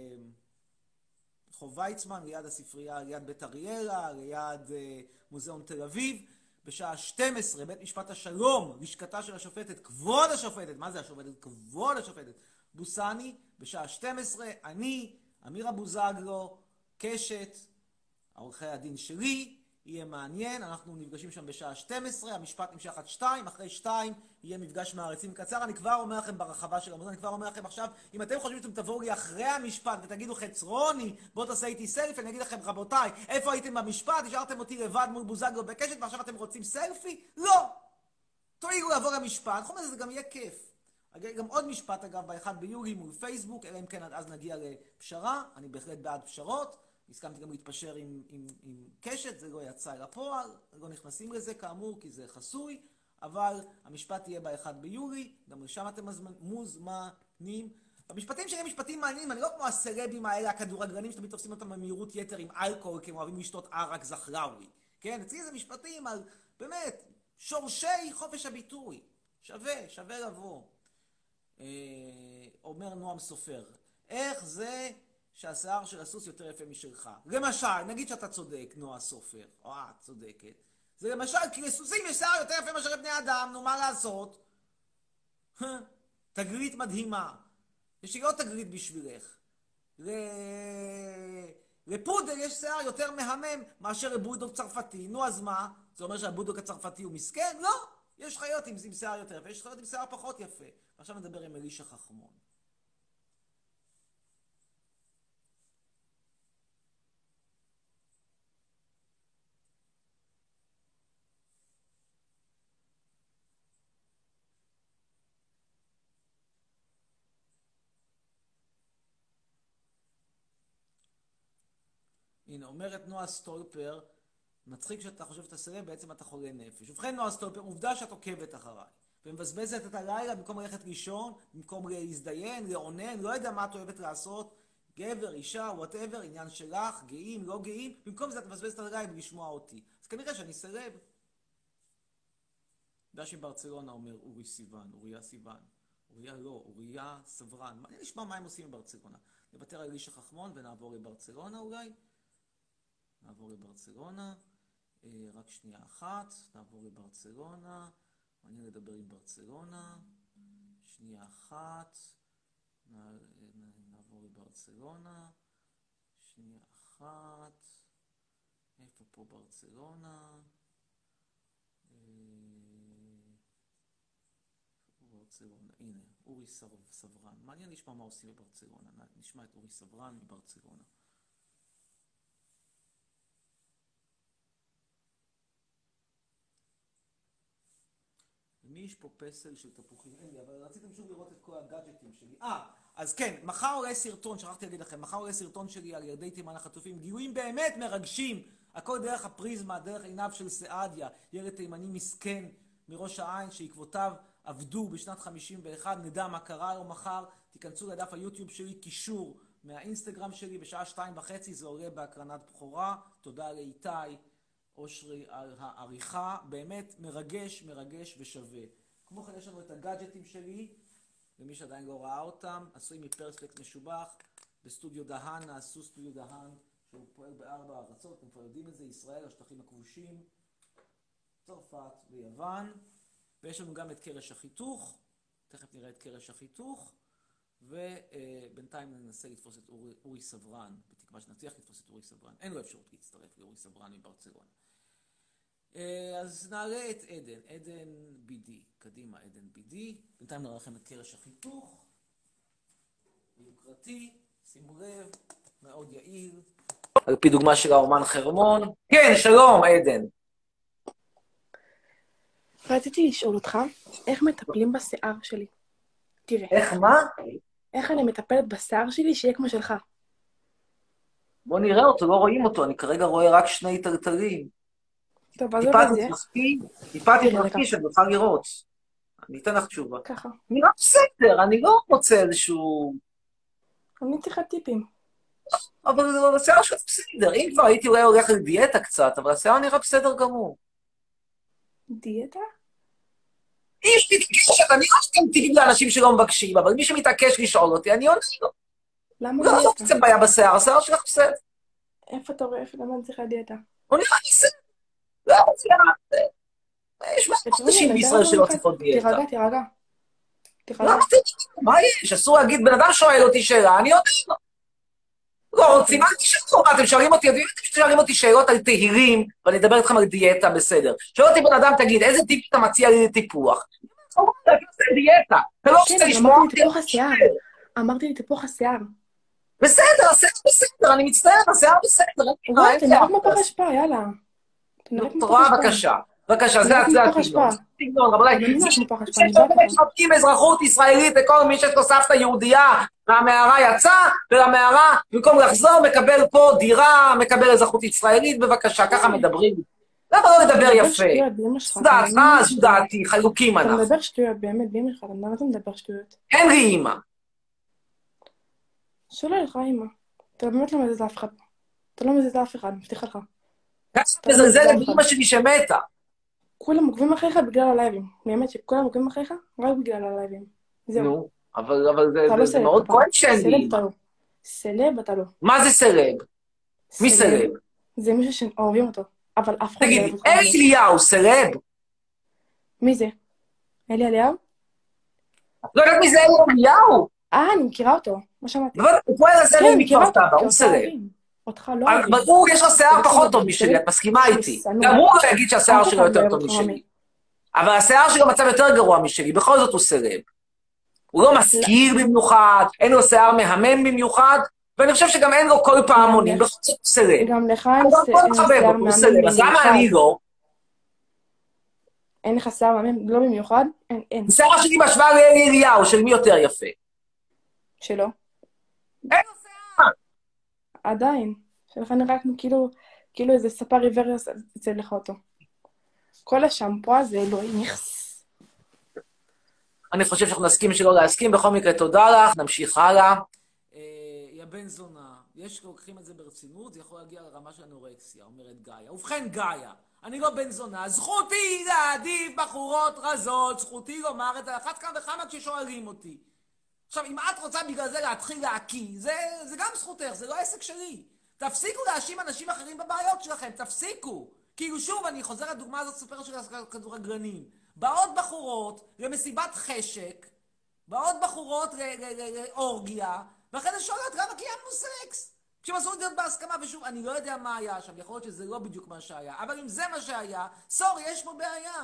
רחוב ויצמן, ליד הספרייה, ליד בית אריאלה, ליד מוזיאון תל אביב. בשעה 12, בית משפט השלום, לשכתה של השופטת, כבוד השופטת, מה זה השופטת? כבוד השופטת, בוסני, בשעה 12, אני, אמירה בוזגלו, קשת, עורכי הדין שלי, יהיה מעניין, אנחנו נפגשים שם בשעה 12, המשפט נמשך עד 2, אחרי 2 יהיה מפגש מעריצים קצר. אני כבר אומר לכם ברחבה של המוזיאון, אני כבר אומר לכם עכשיו, אם אתם חושבים שאתם תבואו לי אחרי המשפט ותגידו חצרוני, בוא תעשה איתי סלפי, אני אגיד לכם רבותיי, איפה הייתם במשפט? השארתם אותי לבד מול בוזגלו בקשת ועכשיו אתם רוצים סלפי? לא! תואילו לעבור למשפט, חוץ מזה זה גם יהיה כיף. גם עוד משפט אגב, ב-1 ביולי מול פייסבוק, אלא אם כן עד אז נגיע לפשרה, אני בהחלט בעד פשרות. הסכמתי גם להתפשר עם קשת, זה לא יצא אל הפועל, לא נכנסים לזה כאמור כי זה חסוי, אבל המשפט יהיה ב-1 ביולי, גם לשם אתם מוזמנים. המשפטים שלי הם משפטים מעניינים, אני לא כמו הסלבים האלה, הכדורגלנים שתמיד תופסים אותם במהירות יתר עם אלכוהול, כי הם אוהבים לשתות ערק זכראוי. כן, אצלי זה משפטים על, באמת, שורשי חופש הביטוי. שווה לבוא. אומר נועם סופר, איך זה שהשיער של הסוס יותר יפה משלך? למשל, נגיד שאתה צודק, נועה סופר, או את צודקת. זה למשל, כי לסוסים יש שיער יותר יפה מאשר לבני אדם, נו מה לעשות? תגלית מדהימה. יש לי עוד תגלית בשבילך. לפודל יש שיער יותר מהמם מאשר לבולדוג צרפתי. נו אז מה? זה אומר שהבולדוג הצרפתי הוא מסכן? לא! יש חיות עם שיער יותר יפה, יש חיות עם שיער פחות יפה. עכשיו נדבר עם אלישע חכמון. הנה, אומרת נועה סטולפר, מצחיק שאתה חושב שאתה סלב, בעצם אתה חולה נפש. ובכן נועה סטולפר, עובדה שאת עוקבת אחריי. ומבזבזת את הלילה במקום ללכת לישון, במקום להזדיין, לעונן, לא יודע מה את אוהבת לעשות, גבר, אישה, whatever, עניין שלך, גאים, לא גאים, במקום זה את מבזבזת את הלילה ולשמוע אותי. אז כנראה שאני סלב. דשי ברצלונה אומר אורי סיוון, אוריה סיוון. אוריה לא, אוריה סברן. מעניין לשמוע מה הם עושים בברצלונה. נוותר על אלישע חכמון ונעבור לברצלונה אולי. נעבור לברצלונה, רק שנייה אחת, נעבור לברצלונה, מעניין לדבר עם ברצלונה, שנייה אחת, נעבור לברצלונה, שנייה אחת, איפה פה ברצלונה? ברצלונה, הנה, אורי סברן, מעניין לשמוע מה עושים בברצלונה, נשמע את אורי סברן מברצלונה. מי יש פה פסל של תפוחים? אין לי, אבל רציתם שוב לראות את כל הגאדג'טים שלי. אז כן, מחר עולה סרטון, שכחתי להגיד לכם, מחר עולה סרטון שלי על ילדי תימן החטופים, גילויים באמת מרגשים, הכל דרך הפריזמה, דרך עיניו של סעדיה, ילד תימני מסכן מראש העין, שעקבותיו עבדו בשנת 51, נדע מה קרה לו מחר, תיכנסו לדף היוטיוב שלי, קישור מהאינסטגרם שלי, בשעה 2:30 זה עולה בהקרנת בכורה, תודה לאיתי. אושרי על העריכה, באמת מרגש ושווה. כמו כן יש לנו את הגאדג'טים שלי, למי שעדיין לא ראה אותם, עשויים מפרספקס משובח, בסטודיו דהן, נעשו סטודיו דהן, שהוא פועל ב4 ארצות, אתם כבר יודעים את זה, ישראל, השטחים הכבושים, צרפת ויוון, ויש לנו גם את קרש החיתוך, תכף נראה את קרש החיתוך, ובינתיים ננסה לתפוס את אורי סברן, בתקווה שנצליח לתפוס את אורי סברן, אין לו אפשרות להצטרף לאורי סברן מברצלונה. אז נעלה את עדן BD, קדימה עדן BD, בינתיים נראה לכם את קרש החיתוך, יוקרתי, שימו לב, מאוד יעיל. על פי דוגמה של האומן חרמון. כן, שלום עדן. רציתי לשאול אותך, איך מטפלים בשיער שלי? תראה. איך מה? איך אני מטפלת בשיער שלי שיהיה כמו שלך? בוא נראה אותו, לא רואים אותו, אני כרגע רואה רק שני טלטלים. טוב, אז טיפה תתרחקי שאני אוכל לראות. אני אתן לך תשובה. ככה. נראה בסדר, אני לא רוצה איזשהו... אני צריכה טיפים. אבל השיער שלך בסדר, אם כבר הייתי אולי הולך לדיאטה קצת, אבל השיער נראה בסדר גמור. דיאטה? איש מתעקשת, אני לא סתם טיפים לאנשים שלא מבקשים, אבל מי שמתעקש לשאול אותי, אני עונה לו. למה לא, דיאטה? לא רוצה בעיה בשיער, השיער שלך בסדר. איפה אתה רואה? למה אני צריכה דיאטה? הוא נראה בסדר. לא, יש אנשים בישראל שלא צריכות דיאטה. תירגע. למה תירגע? מה יש? אסור להגיד, בן אדם שואל אותי שאלה, אני עונה לו. לא רוצים, אל תשאלו מה, אתם שואלים אותי, אתם שואלים אותי שאלות על תהילים, ואני אדבר איתכם על דיאטה, בסדר. שואל אותי בן אדם, תגיד, איזה טיפ אתה מציע לי לטיפוח? אני עושה דיאטה, אתה לא רוצה לשמוע אותי. אמרתי לי טיפוח השיער. בסדר, השיער בסדר, אני מצטער, השיער בסדר. וואי, אתה נראה כמו פח אשפה, יאללה. תורה, בבקשה. בבקשה, זה הסגנון. סגנון, רבותיי. שותקים אזרחות ישראלית לכל מי שיש לו סבתא יהודייה, והמערה יצא, ולמערה, במקום לחזור, מקבל פה דירה, מקבל אזרחות ישראלית, בבקשה, ככה מדברים. למה לא לדבר יפה? זו דעתי, חלוקים אנחנו. אתה מדבר שטויות, באמת, באמא שלך, למה אתה מדבר שטויות? אין לי אימא. שלא לך אימא. אתה באמת לא מזיז לאף אחד. אתה לא מזיז לאף אחד, מבטיחה לך. זה לאמא שלי שמתה. כולם עוקבים אחריך בגלל הלייבים. באמת שכולם עוקבים אחריך רק בגלל הלייבים. זהו. נו, אבל זה מאוד כואב שאין לי אימא. סלב אתה לא. מה זה סלב? מי סלב? זה מישהו שאוהבים אותו. אבל אף אחד לא תגיד, אוהב אותך. אלי אליהו, סלב? מי זה? אלי אליהו? לא יודעת מי זה אלי אליהו? אני מכירה אותו. מה שמעתי? אבל הוא פועל לסלב מכפר סבא, הוא סלב. אותך לא אוהבים. אבל הוא, יש לו שיער פחות טוב משלי, את מסכימה איתי. גם הוא לא יגיד שהשיער שלו יותר טוב משלי. אבל השיער שלו מצב יותר גרוע משלי, בכל זאת הוא סלב. הוא לא מזכיר במיוחד, אין לו שיער מהמם במיוחד, ואני חושב שגם אין לו כל פעמונים, בכל זאת הוא סלב. גם לך אין שיער מהמם במיוחד. אז למה אני לא? אין לך שיער מהמם, לא במיוחד? אין. השיער שלי בהשוואה לאלי אליהו, של מי יותר יפה? שלא? אין לו שיער! עדיין. שלך נראה כאילו איזה ספר עיוור יצא לך אותו. כל השמפו הזה לא נכס. אני חושב שאנחנו נסכים שלא להסכים, בכל מקרה תודה לך, נמשיך הלאה. יא בן זונה, יש לוקחים את זה ברצינות, זה יכול להגיע לרמה של אנורקסיה, אומרת גאיה. ובכן גאיה, אני לא בן זונה, זכותי להעדיף בחורות רזות, זכותי לומר את זה, אחת כמה וכמה כששואלים אותי. עכשיו, אם את רוצה בגלל זה להתחיל להקיא, זה גם זכותך, זה לא עסק שלי. תפסיקו להאשים אנשים אחרים בבעיות שלכם, תפסיקו. כאילו שוב, אני חוזר לדוגמה הזאת סופר של כדורגלנים. באות בחורות למסיבת חשק, באות בחורות לאורגיה, ואחרי זה שואלות למה קיימנו סקס. כשהם עשו להיות בהסכמה, ושוב, אני לא יודע מה היה שם, יכול להיות שזה לא בדיוק מה שהיה, אבל אם זה מה שהיה, סורי, יש פה בעיה.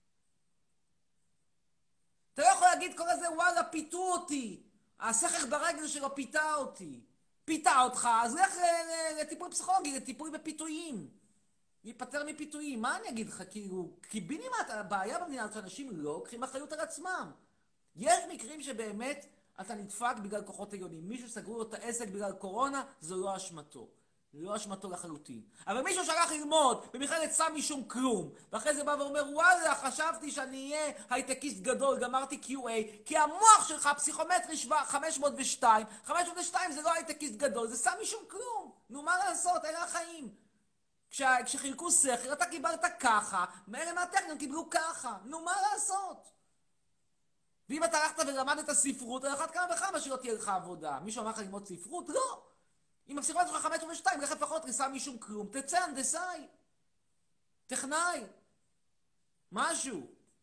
אתה לא יכול להגיד כל הזה, וואלה, פיתו אותי. הסכך ברגל שלו פיתה אותי. פיתה אותך, אז לך לטיפול פסיכולוגי, לטיפול בפיתויים. להיפטר מפיתויים. מה אני אגיד לך? כאילו, קיבינימט, הבעיה במדינה, שאנשים לא לוקחים אחריות על עצמם. יש מקרים שבאמת אתה נדפק בגלל כוחות עליונים. מישהו סגרו לו את העסק בגלל קורונה, זו לא אשמתו. לא אשמתו לחלוטין. אבל מישהו שהלך ללמוד, במכללת סמי שום כלום, ואחרי זה בא ואומר, וואלה, חשבתי שאני אהיה הייטקיסט גדול, גמרתי QA, כי המוח שלך פסיכומטרי 502, 502 זה לא הייטקיסט גדול, זה סמי שום כלום. נו, מה לעשות? אלה החיים. כשחילקו שכל, אתה קיבלת ככה, מאלה מהטכניון קיבלו ככה. נו, מה לעשות? ואם אתה הלכת ולמדת ספרות, על אחת כמה וכמה שלא תהיה לך עבודה. מישהו אמר לך ללמוד ספרות? לא. אם הפסיכולוגיה שלך 502, לך לפחות ריסה משום כלום. תצא הנדסאי. טכנאי. משהו.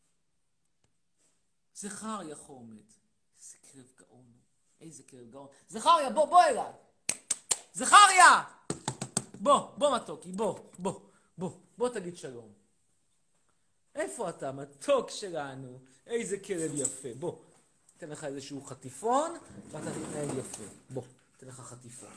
זכריה חומד. איזה קרב גאון. איזה קרב גאון. זכריה, בוא אליי. זכריה! בוא מתוקי, בוא תגיד שלום. איפה אתה, מתוק שלנו? איזה קרב יפה. בוא, אתן לך איזשהו חטיפון, ואתה תתנהל יפה. בוא, אתן לך חטיפון.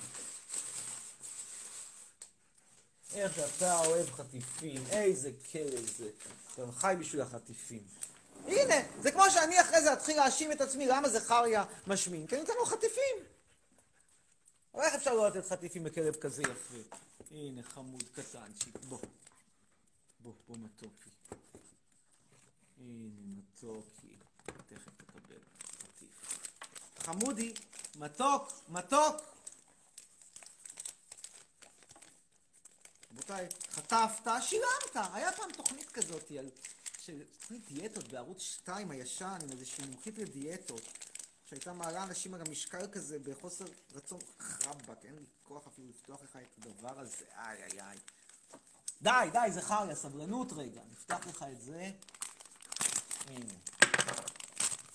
איך אתה אוהב חטיפים, איזה קרב זה. אתה חי בשביל החטיפים. הנה, זה כמו שאני אחרי זה אתחיל להאשים את עצמי, למה זכריה משמין? כי אני נותן לו חטיפים. אבל איך אפשר לא לתת חטיפים לקרב כזה יפה? הנה, חמוד קטנצ'יק, בוא מתוקי. הנה, מתוקי. תכף תקבל חטיף. חמודי, מתוק. רבותיי, חטפת, שילמת. היה פעם תוכנית כזאת, תוכנית דיאטות בערוץ 2 הישן, עם איזושהי מומחית לדיאטות, שהייתה מעלה אנשים על המשקל כזה בחוסר רצון חרבק, אין לי כוח אפילו לפתוח לך את הדבר הזה, איי. די, זכריה, סבלנות רגע, נפתח לך את זה.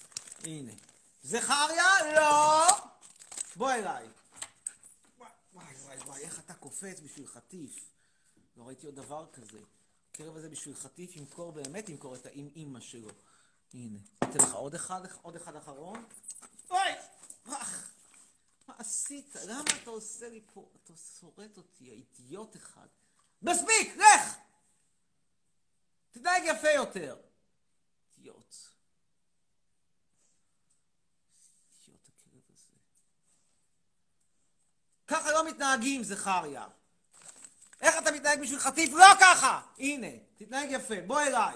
הנה. זכריה, לא! בוא אליי. וואי, קופץ בשביל חטיף. לא ראיתי עוד דבר כזה. הכלב הזה בשביל חטיף ימכור, באמת ימכור את האמא שלו. הנה, אתן לך עוד אחד אחרון. אוי! מה עשית? למה אתה עושה לי פה? אתה שורט אותי, האידיוט אחד. מספיק! לך! תתנהג יפה יותר. אידיוט. אידיוט הכלב הזה. ככה לא מתנהגים, זכריה. איך אתה מתנהג בשביל חטיף? לא ככה! הנה, תתנהג יפה, בוא אליי.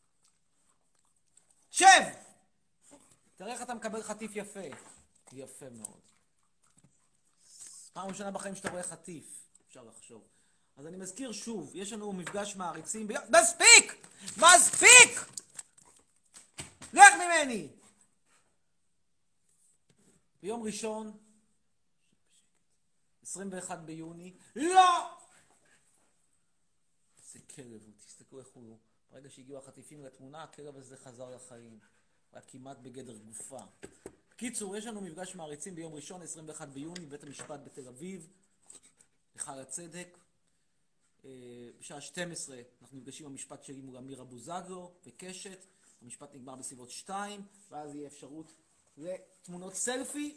שב! תראה איך אתה מקבל חטיף יפה. יפה מאוד. פעם ראשונה בחיים שאתה רואה חטיף, אפשר לחשוב. אז אני מזכיר שוב, יש לנו מפגש מעריצים מספיק! מספיק! לך ממני! ביום ראשון, 21 ביוני, לא! זה כלב, תסתכלו איך הוא... ברגע שהגיעו החטיפים לתמונה, הכלב הזה חזר לחיים. הוא היה כמעט בגדר גופה. קיצור, יש לנו מפגש מעריצים ביום ראשון, 21 ביוני, בית המשפט בתל אביב, היכל הצדק. בשעה 12 אנחנו נפגשים במשפט שלי מול אמיר בוזגלו וקשת. המשפט נגמר בסביבות 2, ואז יהיה אפשרות לתמונות סלפי,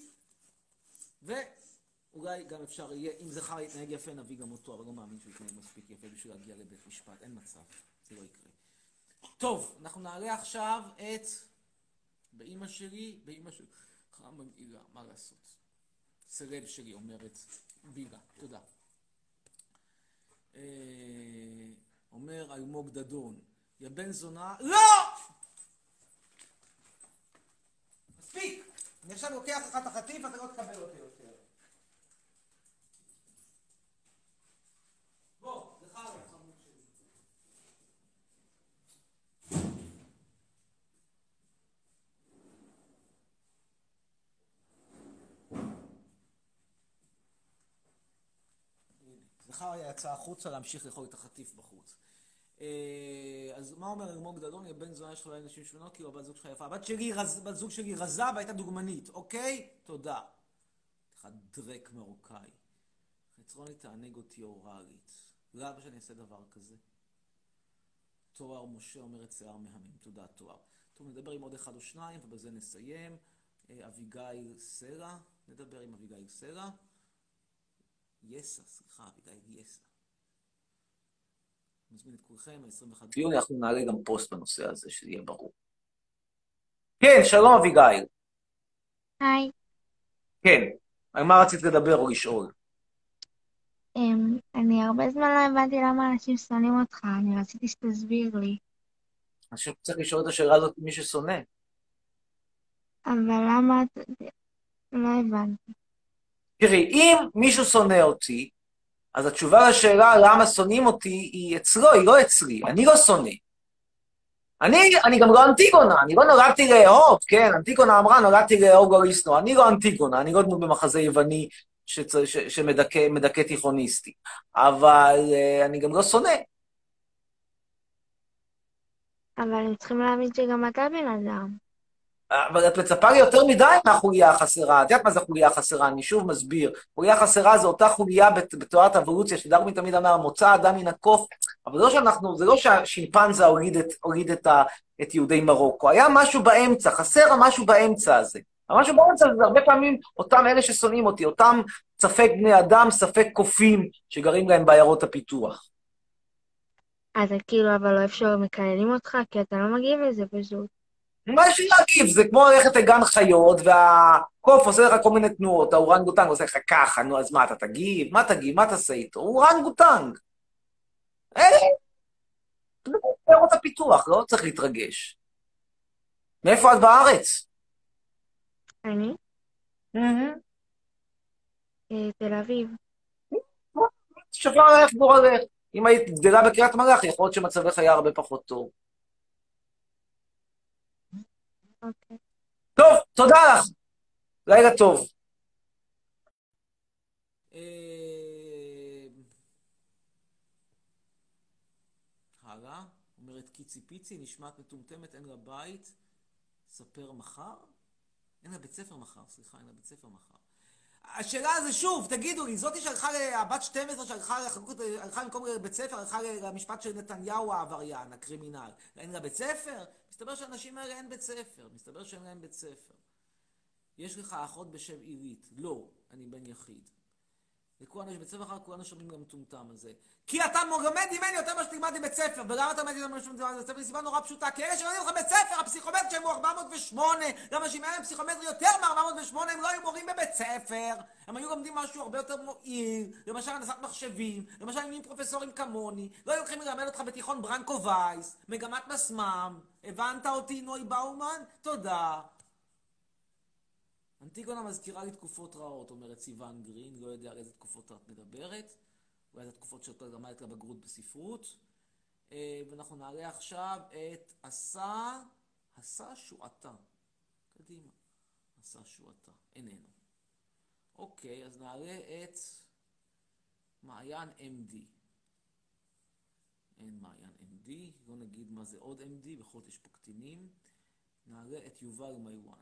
ואולי גם אפשר יהיה, אם זכר יתנהג יפה, נביא גם אותו, אבל לא מאמין שהוא יתנהג מספיק יפה בשביל להגיע לבית משפט, אין מצב, זה לא יקרה. טוב, אנחנו נעלה עכשיו את... באמא שלי, חם מגעילה, מה לעשות? סלב שלי אומרת, בילה, תודה. אומר אלמוג דדון, יא בן זונה, לא! מספיק! אני עכשיו לוקח לך את החטיף, אתה לא תקבל אותי יותר. בוא, לך חמוד שלי. זכריה יצא החוצה להמשיך לאכול את החטיף בחוץ. אז מה אומר אלמוג דדון? בן זונה יש לך אולי נשים שמנות, כאילו הבת זוג שלך יפה. בת זוג שלי רזה והייתה דוגמנית, אוקיי? תודה. אחד דרק מרוקאי. חצרוני תענג אותי אוראלית. למה שאני אעשה דבר כזה? תואר משה אומרת שיער מהמם. תודה, תואר. טוב, נדבר עם עוד אחד או שניים ובזה נסיים. אביגיל סלע. נדבר עם אביגיל סלע. יסה, סליחה, אביגיל יסה. מזמין את כולכם, ה-21 ביוני אנחנו נעלה גם פוסט בנושא הזה, שזה יהיה ברור. כן, שלום אביגיל. היי. כן, על מה רצית לדבר או לשאול? אני הרבה זמן לא הבנתי למה אנשים שונאים אותך, אני רציתי שתסביר לי. אני חושב שצריך לשאול את השאלה הזאת מי ששונא. אבל למה... לא הבנתי. תראי, אם מישהו שונא אותי, אז התשובה לשאלה למה שונאים אותי היא אצלו, היא לא אצלי. אני לא שונא. אני גם לא אנטיגונה, אני לא נולדתי לאהוב, כן? אנטיגונה אמרה, נולדתי לאהוב לא לשנוא. אני לא אנטיגונה, אני לא דמות במחזה יווני שמדכא תיכוניסטי. אבל אני גם לא שונא. אבל הם צריכים להבין שגם אתה בן אדם. אבל את מצפה לי יותר מדי מהחוליה החסרה. את יודעת מה זה חוליה חסרה? אני שוב מסביר. חוליה חסרה זה אותה חוליה בתורת האבולוציה, שדרווין תמיד אמר, מוצא אדם מן הקוף, אבל זה לא שהשימפנזה הוליד את יהודי מרוקו. היה משהו באמצע, חסר משהו באמצע הזה. המשהו באמצע זה הרבה פעמים אותם אלה ששונאים אותי, אותם ספק בני אדם, ספק קופים שגרים להם בעיירות הפיתוח. אז כאילו, אבל לא אפשר מקללים אותך, כי אתה לא מגיב לזה פשוט. מה יש לי להגיב? זה כמו ללכת לגן חיות, והקוף עושה לך כל מיני תנועות, האורנגוטנג עושה לך ככה, נו, אז מה, אתה תגיב? מה תגיב? מה תעשה איתו? הוא אורנגוטנג. אתה בעיירות הפיתוח, לא צריך להתרגש. מאיפה את בארץ? אני? תל אביב. שפר עליך גורלך. אם היית גדלה בקריית מלאכי, יכול להיות שמצבך היה הרבה פחות טוב. אוקיי. טוב, תודה לך. לילה טוב. הלאה, אומרת קיצי פיצי, נשמעת מטומטמת, אין לה בית, ספר מחר? אין לה בית ספר מחר, סליחה, אין לה בית ספר מחר. השאלה זה שוב, תגידו לי, זאתי שהלכה, הבת 12 שהלכה למקום בית ספר, הלכה למשפט של נתניהו העבריין, הקרימינל. אין לה בית ספר? מסתבר שהאנשים האלה אין בית ספר. מסתבר שאין להם בית ספר. יש לך אחות בשם עירית. לא, אני בן יחיד. לכולנו יש בית ספר אחר, כולנו שומעים גם טומטם הזה. כי אתה לומד ממני יותר מה שתלמד בבית ספר. ולמה אתה לומד ממני בבית ספר? מסיבה נורא פשוטה. כי אלה שלומדים לך בית ספר, הפסיכומטרי שהם הוא 408. למה שאם היה להם פסיכומטרי יותר מ-408, הם לא היו מורים בבית ספר. הם היו לומדים משהו הרבה יותר מועיל. למשל הנדסת מחשבים. למשל עם פרופסורים כמוני. לא היו הולכים ללמד אותך בתיכון ברנקו וייס. מגמת מסמם. הבנת אותי, נוי באומן? תודה. אנטיגונה מזכירה לי תקופות רעות, אומרת סיוון גרין, לא יודע על איזה תקופות את מדברת, או איזה תקופות שאתה למדת לבגרות בספרות. ואנחנו נעלה עכשיו את עשה שועתה. קדימה. עשה שועתה. איננו. אוקיי, אז נעלה את מעיין MD. אין מעיין MD, לא נגיד מה זה עוד MD, בכל זאת יש פה קטינים. נעלה את יובל מיואן.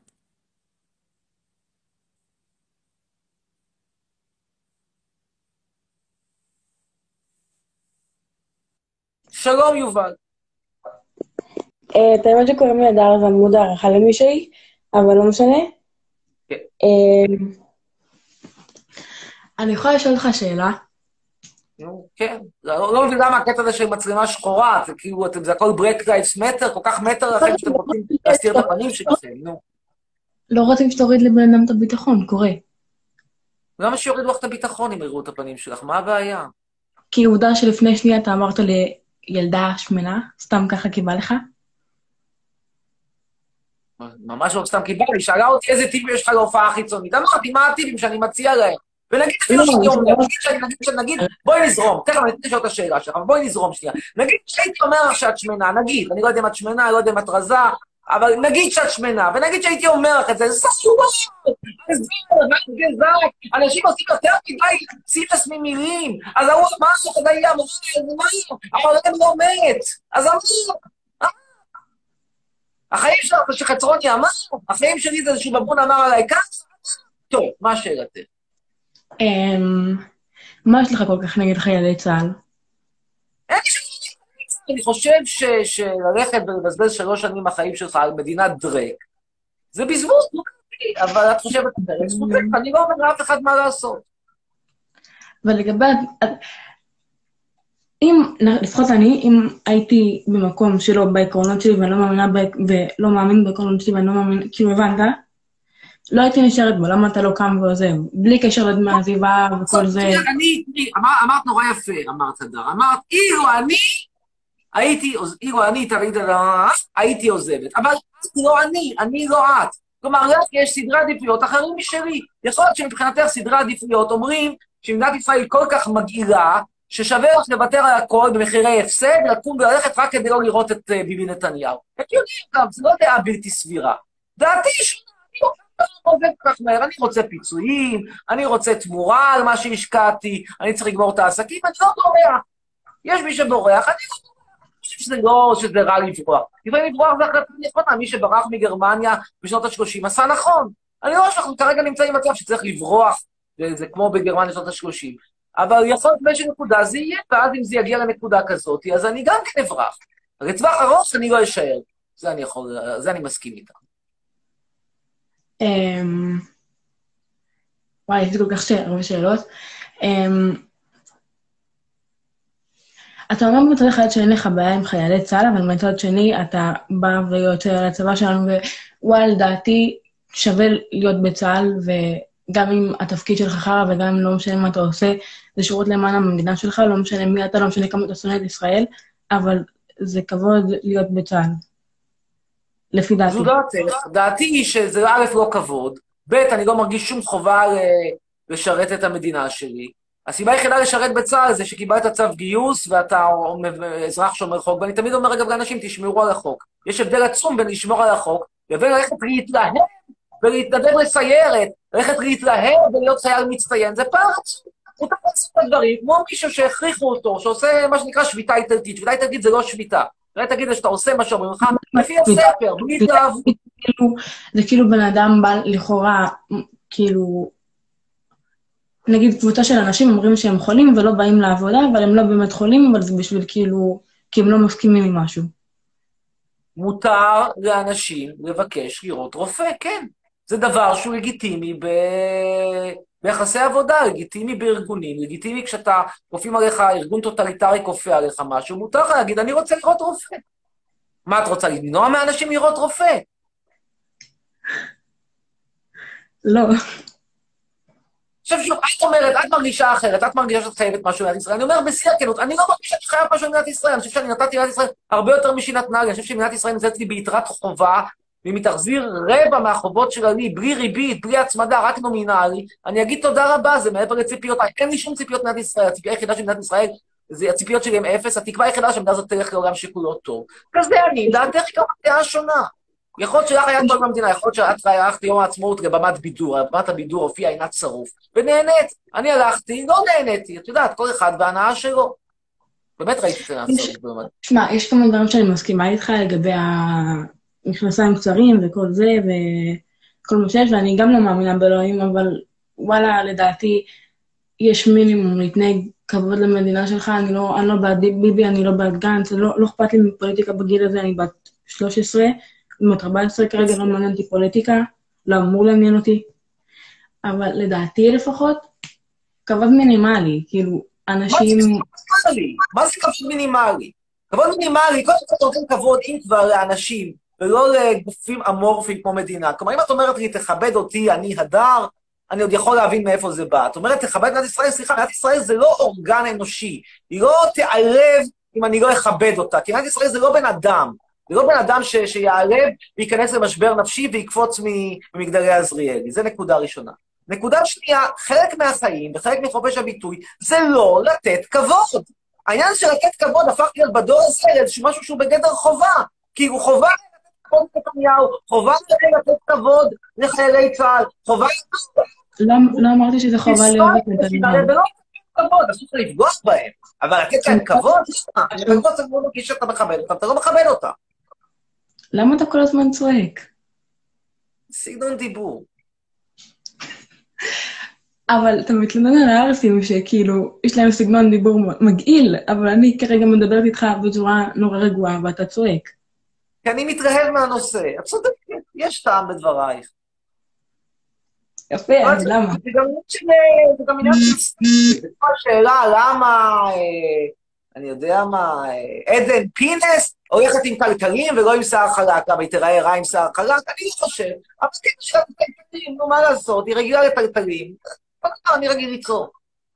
שלום יובל. את האמת שקוראים לי הדר ועמוד הערכה למישהי, אבל לא משנה. כן. אני יכולה לשאול אותך שאלה? כן. לא מבין למה הקטע הזה של מצלמה שחורה, זה כאילו, זה הכל break lives matter, כל כך מטר לכם שאתם רוצים להסתיר את הפנים שלכם, נו. לא רוצים שתוריד לבן אדם את הביטחון, קורה. למה שיורידו לך את הביטחון אם יראו את הפנים שלך? מה הבעיה? כי עובדה שלפני שנייה אתה אמרת לילדה שמנה, סתם ככה קיבל לך? ממש לא סתם קיבל, היא שאלה אותי איזה טיפים יש לך להופעה חיצונית. אמרתי, מה הטיפים שאני מציע להם? ונגיד אפילו שאני אומר, נגיד, בואי נזרום, תכף אני אתן לשאול את השאלה שלך, אבל בואי נזרום שנייה. נגיד שהייתי אומר לך שאת שמנה, נגיד, אני לא יודע אם את שמנה, אני לא יודע אם את רזה, אבל נגיד שאת שמנה, ונגיד שהייתי אומר לך את זה, זה ססוואר, גזק, אנשים עושים יותר מדי סיפס ממילים, אז הוא אמר לך, זה היה אמר, אבל הם לא מת, אז אמר, החיים שלך שחצרוני אמר, החיים שלי זה איזשהו בבון אמר עליי כך, טוב, מה השאלתך? מה יש לך כל כך נגד חיילי צה"ל? אני חושב שללכת ולבזבז 3 שנים מהחיים שלך על מדינת דרק, זה בזבוז, אבל את חושבת אחרת, אני לא אומר לאף אחד מה לעשות. ולגבי, לפחות אני, אם הייתי במקום שלא בעקרונות שלי ולא מאמין בעקרונות שלי ואני לא מאמין, כאילו הבנת, לא הייתי נשארת בו, למה אתה לא קם ועוזב? בלי קשר לדמי עזיבה וכל זה. אמרת נורא יפה, אמרת הדר, אמרת, אילו אני הייתי עוזבת, אבל לא אני לא את. כלומר, רק יש סדרי עדיפויות אחרים משלי. יכול להיות שמבחינתך סדרי עדיפויות אומרים שמדינת ישראל היא כל כך מגעילה, ששווה לך לוותר על הכל במחירי הפסד, לקום וללכת רק כדי לא לראות את ביבי נתניהו. את יודעים גם, זה לא דעה בלתי סבירה. דעתי אני רוצה פיצויים, אני רוצה תמורה על מה שהשקעתי, אני צריך לגמור את העסקים, אני לא בורח. יש מי שבורח, אני חושב שזה רע לברוח. לפעמים לברוח זה החלטה נכונה, מי שברח מגרמניה בשנות ה-30 עשה נכון. אני לא חושב שאנחנו כרגע נמצאים במצב שצריך לברוח, זה כמו בגרמניה בשנות ה-30. אבל יכול להיות באיזושהי נקודה זה יהיה, ואז אם זה יגיע לנקודה כזאת, אז אני גם כן אברח. לטווח ארוך אני לא אשאר. זה אני מסכים איתה. וואי, יש לי כל כך הרבה שאלות. אתה אומר מצד אחד שאין לך בעיה עם חיילי צה"ל, אבל מצד שני אתה בא ויוצא לצבא שלנו, ווואי, לדעתי שווה להיות בצה"ל, וגם אם התפקיד שלך חרא, וגם אם לא משנה מה אתה עושה, זה שירות למען המדינה שלך, לא משנה מי אתה, לא משנה כמה אתה שונא את ישראל, אבל זה כבוד להיות בצה"ל. לפי דעתי. זו דעתי היא שזה א' לא כבוד, ב' אני לא מרגיש שום חובה לשרת את המדינה שלי. הסיבה היחידה לשרת בצה"ל זה שקיבלת צו גיוס ואתה אזרח שומר חוק, ואני תמיד אומר אגב לאנשים, תשמרו על החוק. יש הבדל עצום בין לשמור על החוק, לבין ללכת להתלהב ולהתנדב לסיירת, ללכת להתלהב ולהיות חייל מצטיין, זה פער עצום. הוא צריך לעשות את הדברים, כמו מישהו שהכריחו אותו, שעושה מה שנקרא שביתה איטלקית. שביתה איטלקית זה לא שביתה. אולי תגיד שאתה עושה מה שאומרים לך, לפי הספר, בלי התלהבות. זה כאילו בן אדם בא לכאורה, כאילו, נגיד קבוצה של אנשים אומרים שהם חולים ולא באים לעבודה, אבל הם לא באמת חולים, אבל זה בשביל כאילו, כי הם לא מסכימים עם משהו. מותר לאנשים לבקש לראות רופא, כן. זה דבר שהוא לגיטימי ביחסי עבודה, לגיטימי בארגונים, לגיטימי כשאתה כופים עליך, ארגון טוטליטרי כופה עליך משהו, מותר לך להגיד, אני רוצה לראות רופא. מה את רוצה למנוע מאנשים לראות רופא? לא. עכשיו שוב, את אומרת, את מרגישה אחרת, את מרגישה שאת חייבת משהו למדינת ישראל. אני אומר בשיא הכנות, אני לא מרגישה שאני חייב משהו למדינת ישראל, אני חושב שאני נתתי למדינת ישראל הרבה יותר משהיא נתנה לי, אני חושב שמדינת ישראל נמצאת לי ביתרת חובה, ואם היא תחזיר רבע מהחובות שלה לי, בלי ריבית, בלי הצמדה, רק נומינלי, אני אגיד תודה רבה, זה מעבר לציפיות, אין לי שום ציפיות למדינת ישראל, הציפייה היחידה של מדינת ישראל, הציפיות שלי הם אפס, התקווה היחידה שהמדינה הזאת תלך לעולם שכולו טוב. כזה אני, דעתך היא כמה דעה שונה. יכול להיות שלך היה טוב במדינה, יכול להיות שאת הלכת יום העצמאות לבמת בידור, במת הבידור הופיע עינת שרוף, ונהנית. אני הלכתי, לא נהניתי, את יודעת, כל אחד בהנאה שלו. באמת ראיתי את עינת שרוף במדינה. תשמע, יש כמה דברים שאני מסכימה איתך לגבי המכנסיים קצרים וכל זה, וכל מה שיש, ואני גם לא מאמינה באלוהים, אבל וואלה, לדעתי, יש מינימום להתנהג כבוד למדינה שלך, אני לא בעד ביבי, אני לא בעד גנץ, לא אכפת לי מפוליטיקה בגיל הזה, אני בת 13, בת 14 כרגע, לא מעניין אותי פוליטיקה, לא אמור לעניין אותי, אבל לדעתי לפחות, כבוד מינימלי, כאילו, אנשים... מה זה כבוד מינימלי? כבוד מינימלי, כל כך אתה נותן כבוד אם כבר לאנשים, ולא לגופים אמורפיים כמו מדינה. כלומר, אם את אומרת לי, תכבד אותי, אני הדר, אני עוד יכול להבין מאיפה זה בא. את אומרת, תכבד מדינת ישראל, סליחה, מדינת ישראל זה לא אורגן אנושי, היא לא תערב אם אני לא אכבד אותה, כי מדינת ישראל זה לא בן אדם, זה לא בן אדם שיערב וייכנס למשבר נפשי ויקפוץ ממגדלי עזריאלי. זה נקודה ראשונה. נקודה שנייה, חלק מהחיים וחלק מחופש הביטוי, זה לא לתת כבוד. העניין של לתת כבוד הפך להיות בדור הזה איזשהו משהו שהוא בגדר חובה. כאילו חובה לתת כבוד לנתניהו, חובה לתת כבוד לחיילי צה"ל, חובה... לא אמרתי שזה חובה להיות נתניהו. זה לא לתת כבוד, אסור לפגוע בהם. אבל לתת להם כבוד, כבוד זה כמו כי שאתה מכבד אותם, אתה לא מכבד אותם. למה אתה כל הזמן צועק? סגנון דיבור. אבל אתה מתלונן על הערסים שכאילו, יש להם סגנון דיבור מגעיל, אבל אני כרגע מדברת איתך בצורה נורא רגועה, ואתה צועק. כי אני מתרהב מהנושא. את צודקת, יש טעם בדברייך. יפה, אז למה? זה גם עניין של... זה כל שאלה למה, אני יודע מה, עדן פינס הולכת עם כלכלים ולא עם שיער חלק, למה היא תראה רע עם שיער חלק? אני לא חושב. אבל כן, שאלה כלכלים, נו מה לעשות, היא רגילה לכלכלים. אני רגיל ליצור.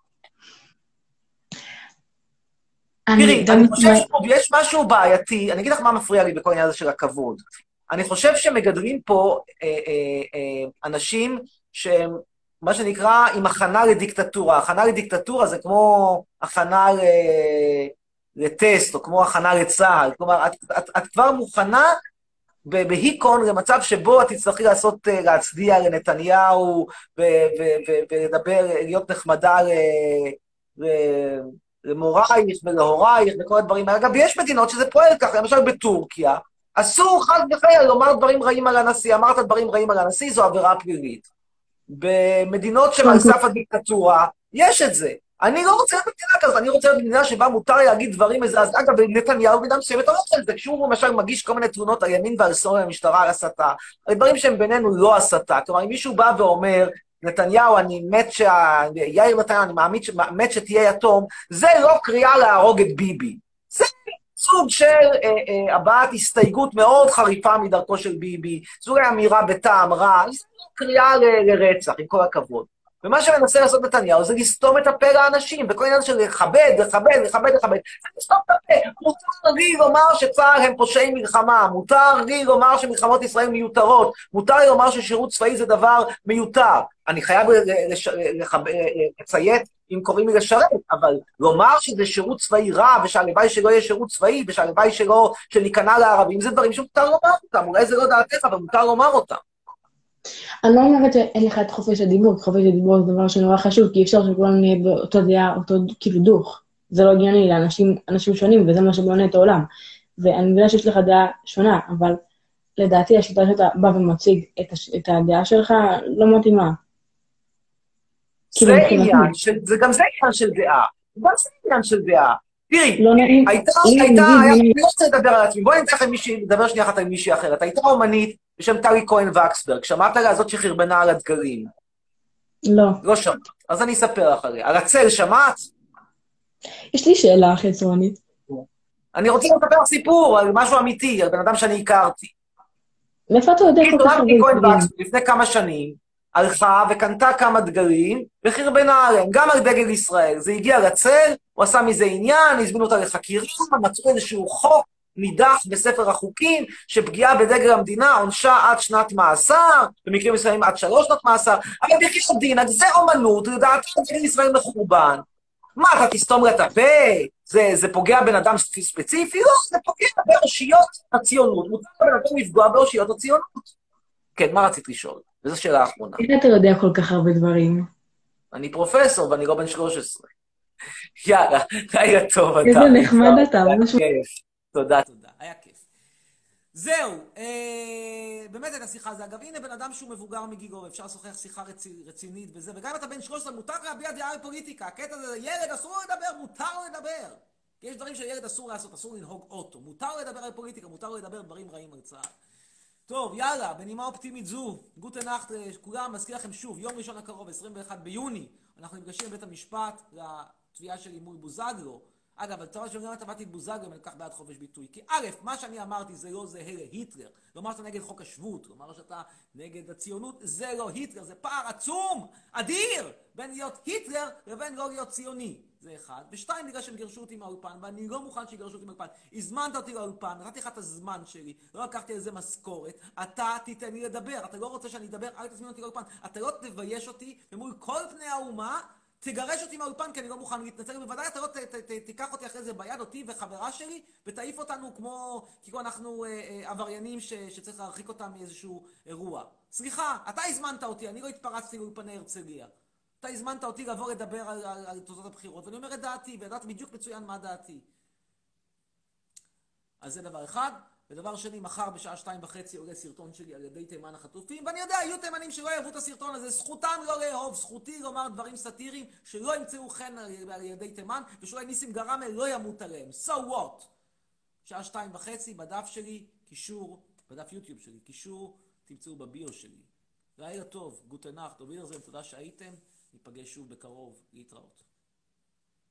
תראי, אני חושב שיש משהו בעייתי, אני אגיד לך מה מפריע לי בכל העניין הזה של הכבוד. אני חושב שמגדלים פה אנשים שהם, מה שנקרא, עם הכנה לדיקטטורה. הכנה לדיקטטורה זה כמו הכנה לטסט, או כמו הכנה לצה"ל. כלומר, את כבר מוכנה בהיקון למצב שבו את תצטרכי להצדיע לנתניהו, ולדבר, להיות נחמדה למורייך ולהורייך וכל הדברים האלה. אגב, יש מדינות שזה פועל ככה, למשל בטורקיה, אסור חד וחלילה לומר דברים רעים על הנשיא, אמרת דברים רעים על הנשיא, זו עבירה פלילית. במדינות שעל סף הדיקטטורה, יש את זה. אני לא רוצה להיות במדינה כזאת, אני רוצה להיות במדינה שבה מותר להגיד דברים מזעזעים. אגב, נתניהו במידה מסוימת לא רוצה את זה, כשהוא למשל מגיש כל מיני תלונות על ימין ועל שמאל למשטרה על הסתה, על דברים שהם בינינו לא הסתה. כלומר, אם מישהו בא ואומר, נתניהו, אני מת יאיר נתניהו, אני מת שתהיה יתום, זה לא קריאה להרוג את ביבי. זה סוג של הבעת הסתייגות מאוד חריפה מדרכו של ביבי, זו אמירה בטעם רע, זה לא קריאה לרצח, עם כל הכבוד. ומה שמנסה לעשות נתניהו זה לסתום את הפה לאנשים, בכל עניין של לכבד, זה לסתום את הפה. מותר לי לומר שצה"ל הם פושעי מלחמה, מותר לי לומר שמלחמות ישראל מיותרות, מותר לי לומר ששירות צבאי זה דבר מיותר. אני חייב לציית אם קוראים לי לשרת, אבל לומר שזה שירות צבאי רע, ושהלוואי שלא יהיה שירות צבאי, ושהלוואי שלא ניכנע לערבים, זה דברים שמותר לומר אותם, אולי זה לא דעתך, אבל מותר לומר אותם. אני לא אומרת שאין לך את חופש הדיבור, כי חופש הדיבור זה דבר שנורא חשוב, כי אפשר שכולם נהיה באותו דעה, אותו כאילו דוך. זה לא הגיוני לאנשים שונים, וזה מה שבונה את העולם. ואני מבינה שיש לך דעה שונה, אבל לדעתי השיטה שאתה בא ומציג את הדעה שלך לא מתאימה. כאילו מבחינתי. גם זה עניין של דעה. גם זה עניין של דעה. תראי, לא נעים. אני לא רוצה לדבר על עצמי, בואי נצטרך לדבר שנייה אחת על מישהי אחרת. הייתה אומנית בשם טלי כהן וקסברג, שמעת עליה זאת שחרבנה על הדגלים? לא. לא שמעת, אז אני אספר לך עליה. על הצל שמעת? יש לי שאלה חיצונית. אני רוצה לספר סיפור על משהו אמיתי, על בן אדם שאני הכרתי. מאיפה אתה יודע כל כך הרבה דברים? לפני כמה שנים, הלכה וקנתה כמה דגלים, וחרבנה עליהם, גם על דגל ישראל. זה הגיע לצל, הוא עשה מזה עניין, הזמינו אותה לחקירה, מצאו איזשהו חוק נידח בספר החוקים, שפגיעה בדגל המדינה עונשה עד שנת מאסר, במקרים מסוימים עד 3 שנות מאסר, אבל בכלל דין, זה אומנות, לדעת דגל ישראל מחורבן. מה, אתה תסתום לה את הפה? זה פוגע בן אדם ספציפי? לא, זה פוגע באושיות הציונות. מותר לבן אדם לפגוע באושיות הציונות. כן, מה רצית לשאול? וזו שאלה האחרונה. איך אתה יודע כל כך הרבה דברים? אני פרופסור ואני לא בן 13. יאללה, לילה טוב אתה. איזה נחמד אתה. תודה. היה כיף. זהו, באמת הייתה שיחה הזו. אגב, הנה בן אדם שהוא מבוגר מגילו, אפשר לשוחח שיחה רצינית וזה, וגם אם אתה בן 13, מותר להביע דעה על פוליטיקה. הקטע הזה, ילד אסור לדבר, מותר לדבר. כי יש דברים שילד אסור לעשות, אסור לנהוג אוטו. מותר לדבר על פוליטיקה, מותר לדבר דברים רעים על צה"ל. טוב, יאללה, בנימה אופטימית זו, גוטה נחת לכולם, מזכיר לכם שוב, יום ראשון הקרוב, 21 ביוני, אנחנו נפגשים בבית המשפט לתביעה שלי מול בוזגלו. אגב, התורה שגם תבעתי את בוזגלו, אני לקח בעד חופש ביטוי. כי א', מה שאני אמרתי זה לא זהה להיטלר. לומר שאתה נגד חוק השבות, לומר שאתה נגד הציונות, זה לא היטלר, זה פער עצום, אדיר, בין להיות היטלר לבין לא להיות ציוני. זה אחד. ושתיים, בגלל שהם גירשו אותי מהאולפן, ואני לא מוכן שיגרשו אותי מהאולפן. הזמנת אותי לאולפן, נתתי לך את הזמן שלי, לא לקחתי איזה משכורת, אתה תיתן לי לדבר, אתה לא רוצה שאני אדבר, אל תזמין אותי לאולפן, אתה לא תבייש אותי, ומול כל פני האומה, תגרש אותי מהאולפן, כי אני לא מוכן להתנצל, ובוודאי אתה לא תיקח אותי אחרי זה ביד, אותי וחברה שלי, ותעיף אותנו כמו, כאילו אנחנו עבריינים שצריך להרחיק אותם מאיזשהו אירוע. סליחה, אתה הזמנת אותי, אני לא התפרצתי לאולפני הרצליה. אתה הזמנת אותי לבוא לדבר על תוצאות הבחירות, ואני אומר את דעתי, וידעת בדיוק מצוין מה דעתי. אז זה דבר אחד. ודבר שני, מחר בשעה 2:30 עולה סרטון שלי על ידי תימן החטופים, ואני יודע, יהיו תימנים שלא יאהבו את הסרטון הזה, זכותם לא לאהוב, זכותי לומר דברים סאטיריים שלא ימצאו חן על ידי תימן, ושאולי ניסים גרמה לא ימות עליהם. So what? שעה 2:30 בדף שלי, קישור, בדף יוטיוב שלי, קישור, תמצאו בביו שלי. לילה טוב, גוטה נחת, תודה שהייתם, ניפגש שוב בקרוב, להתראות.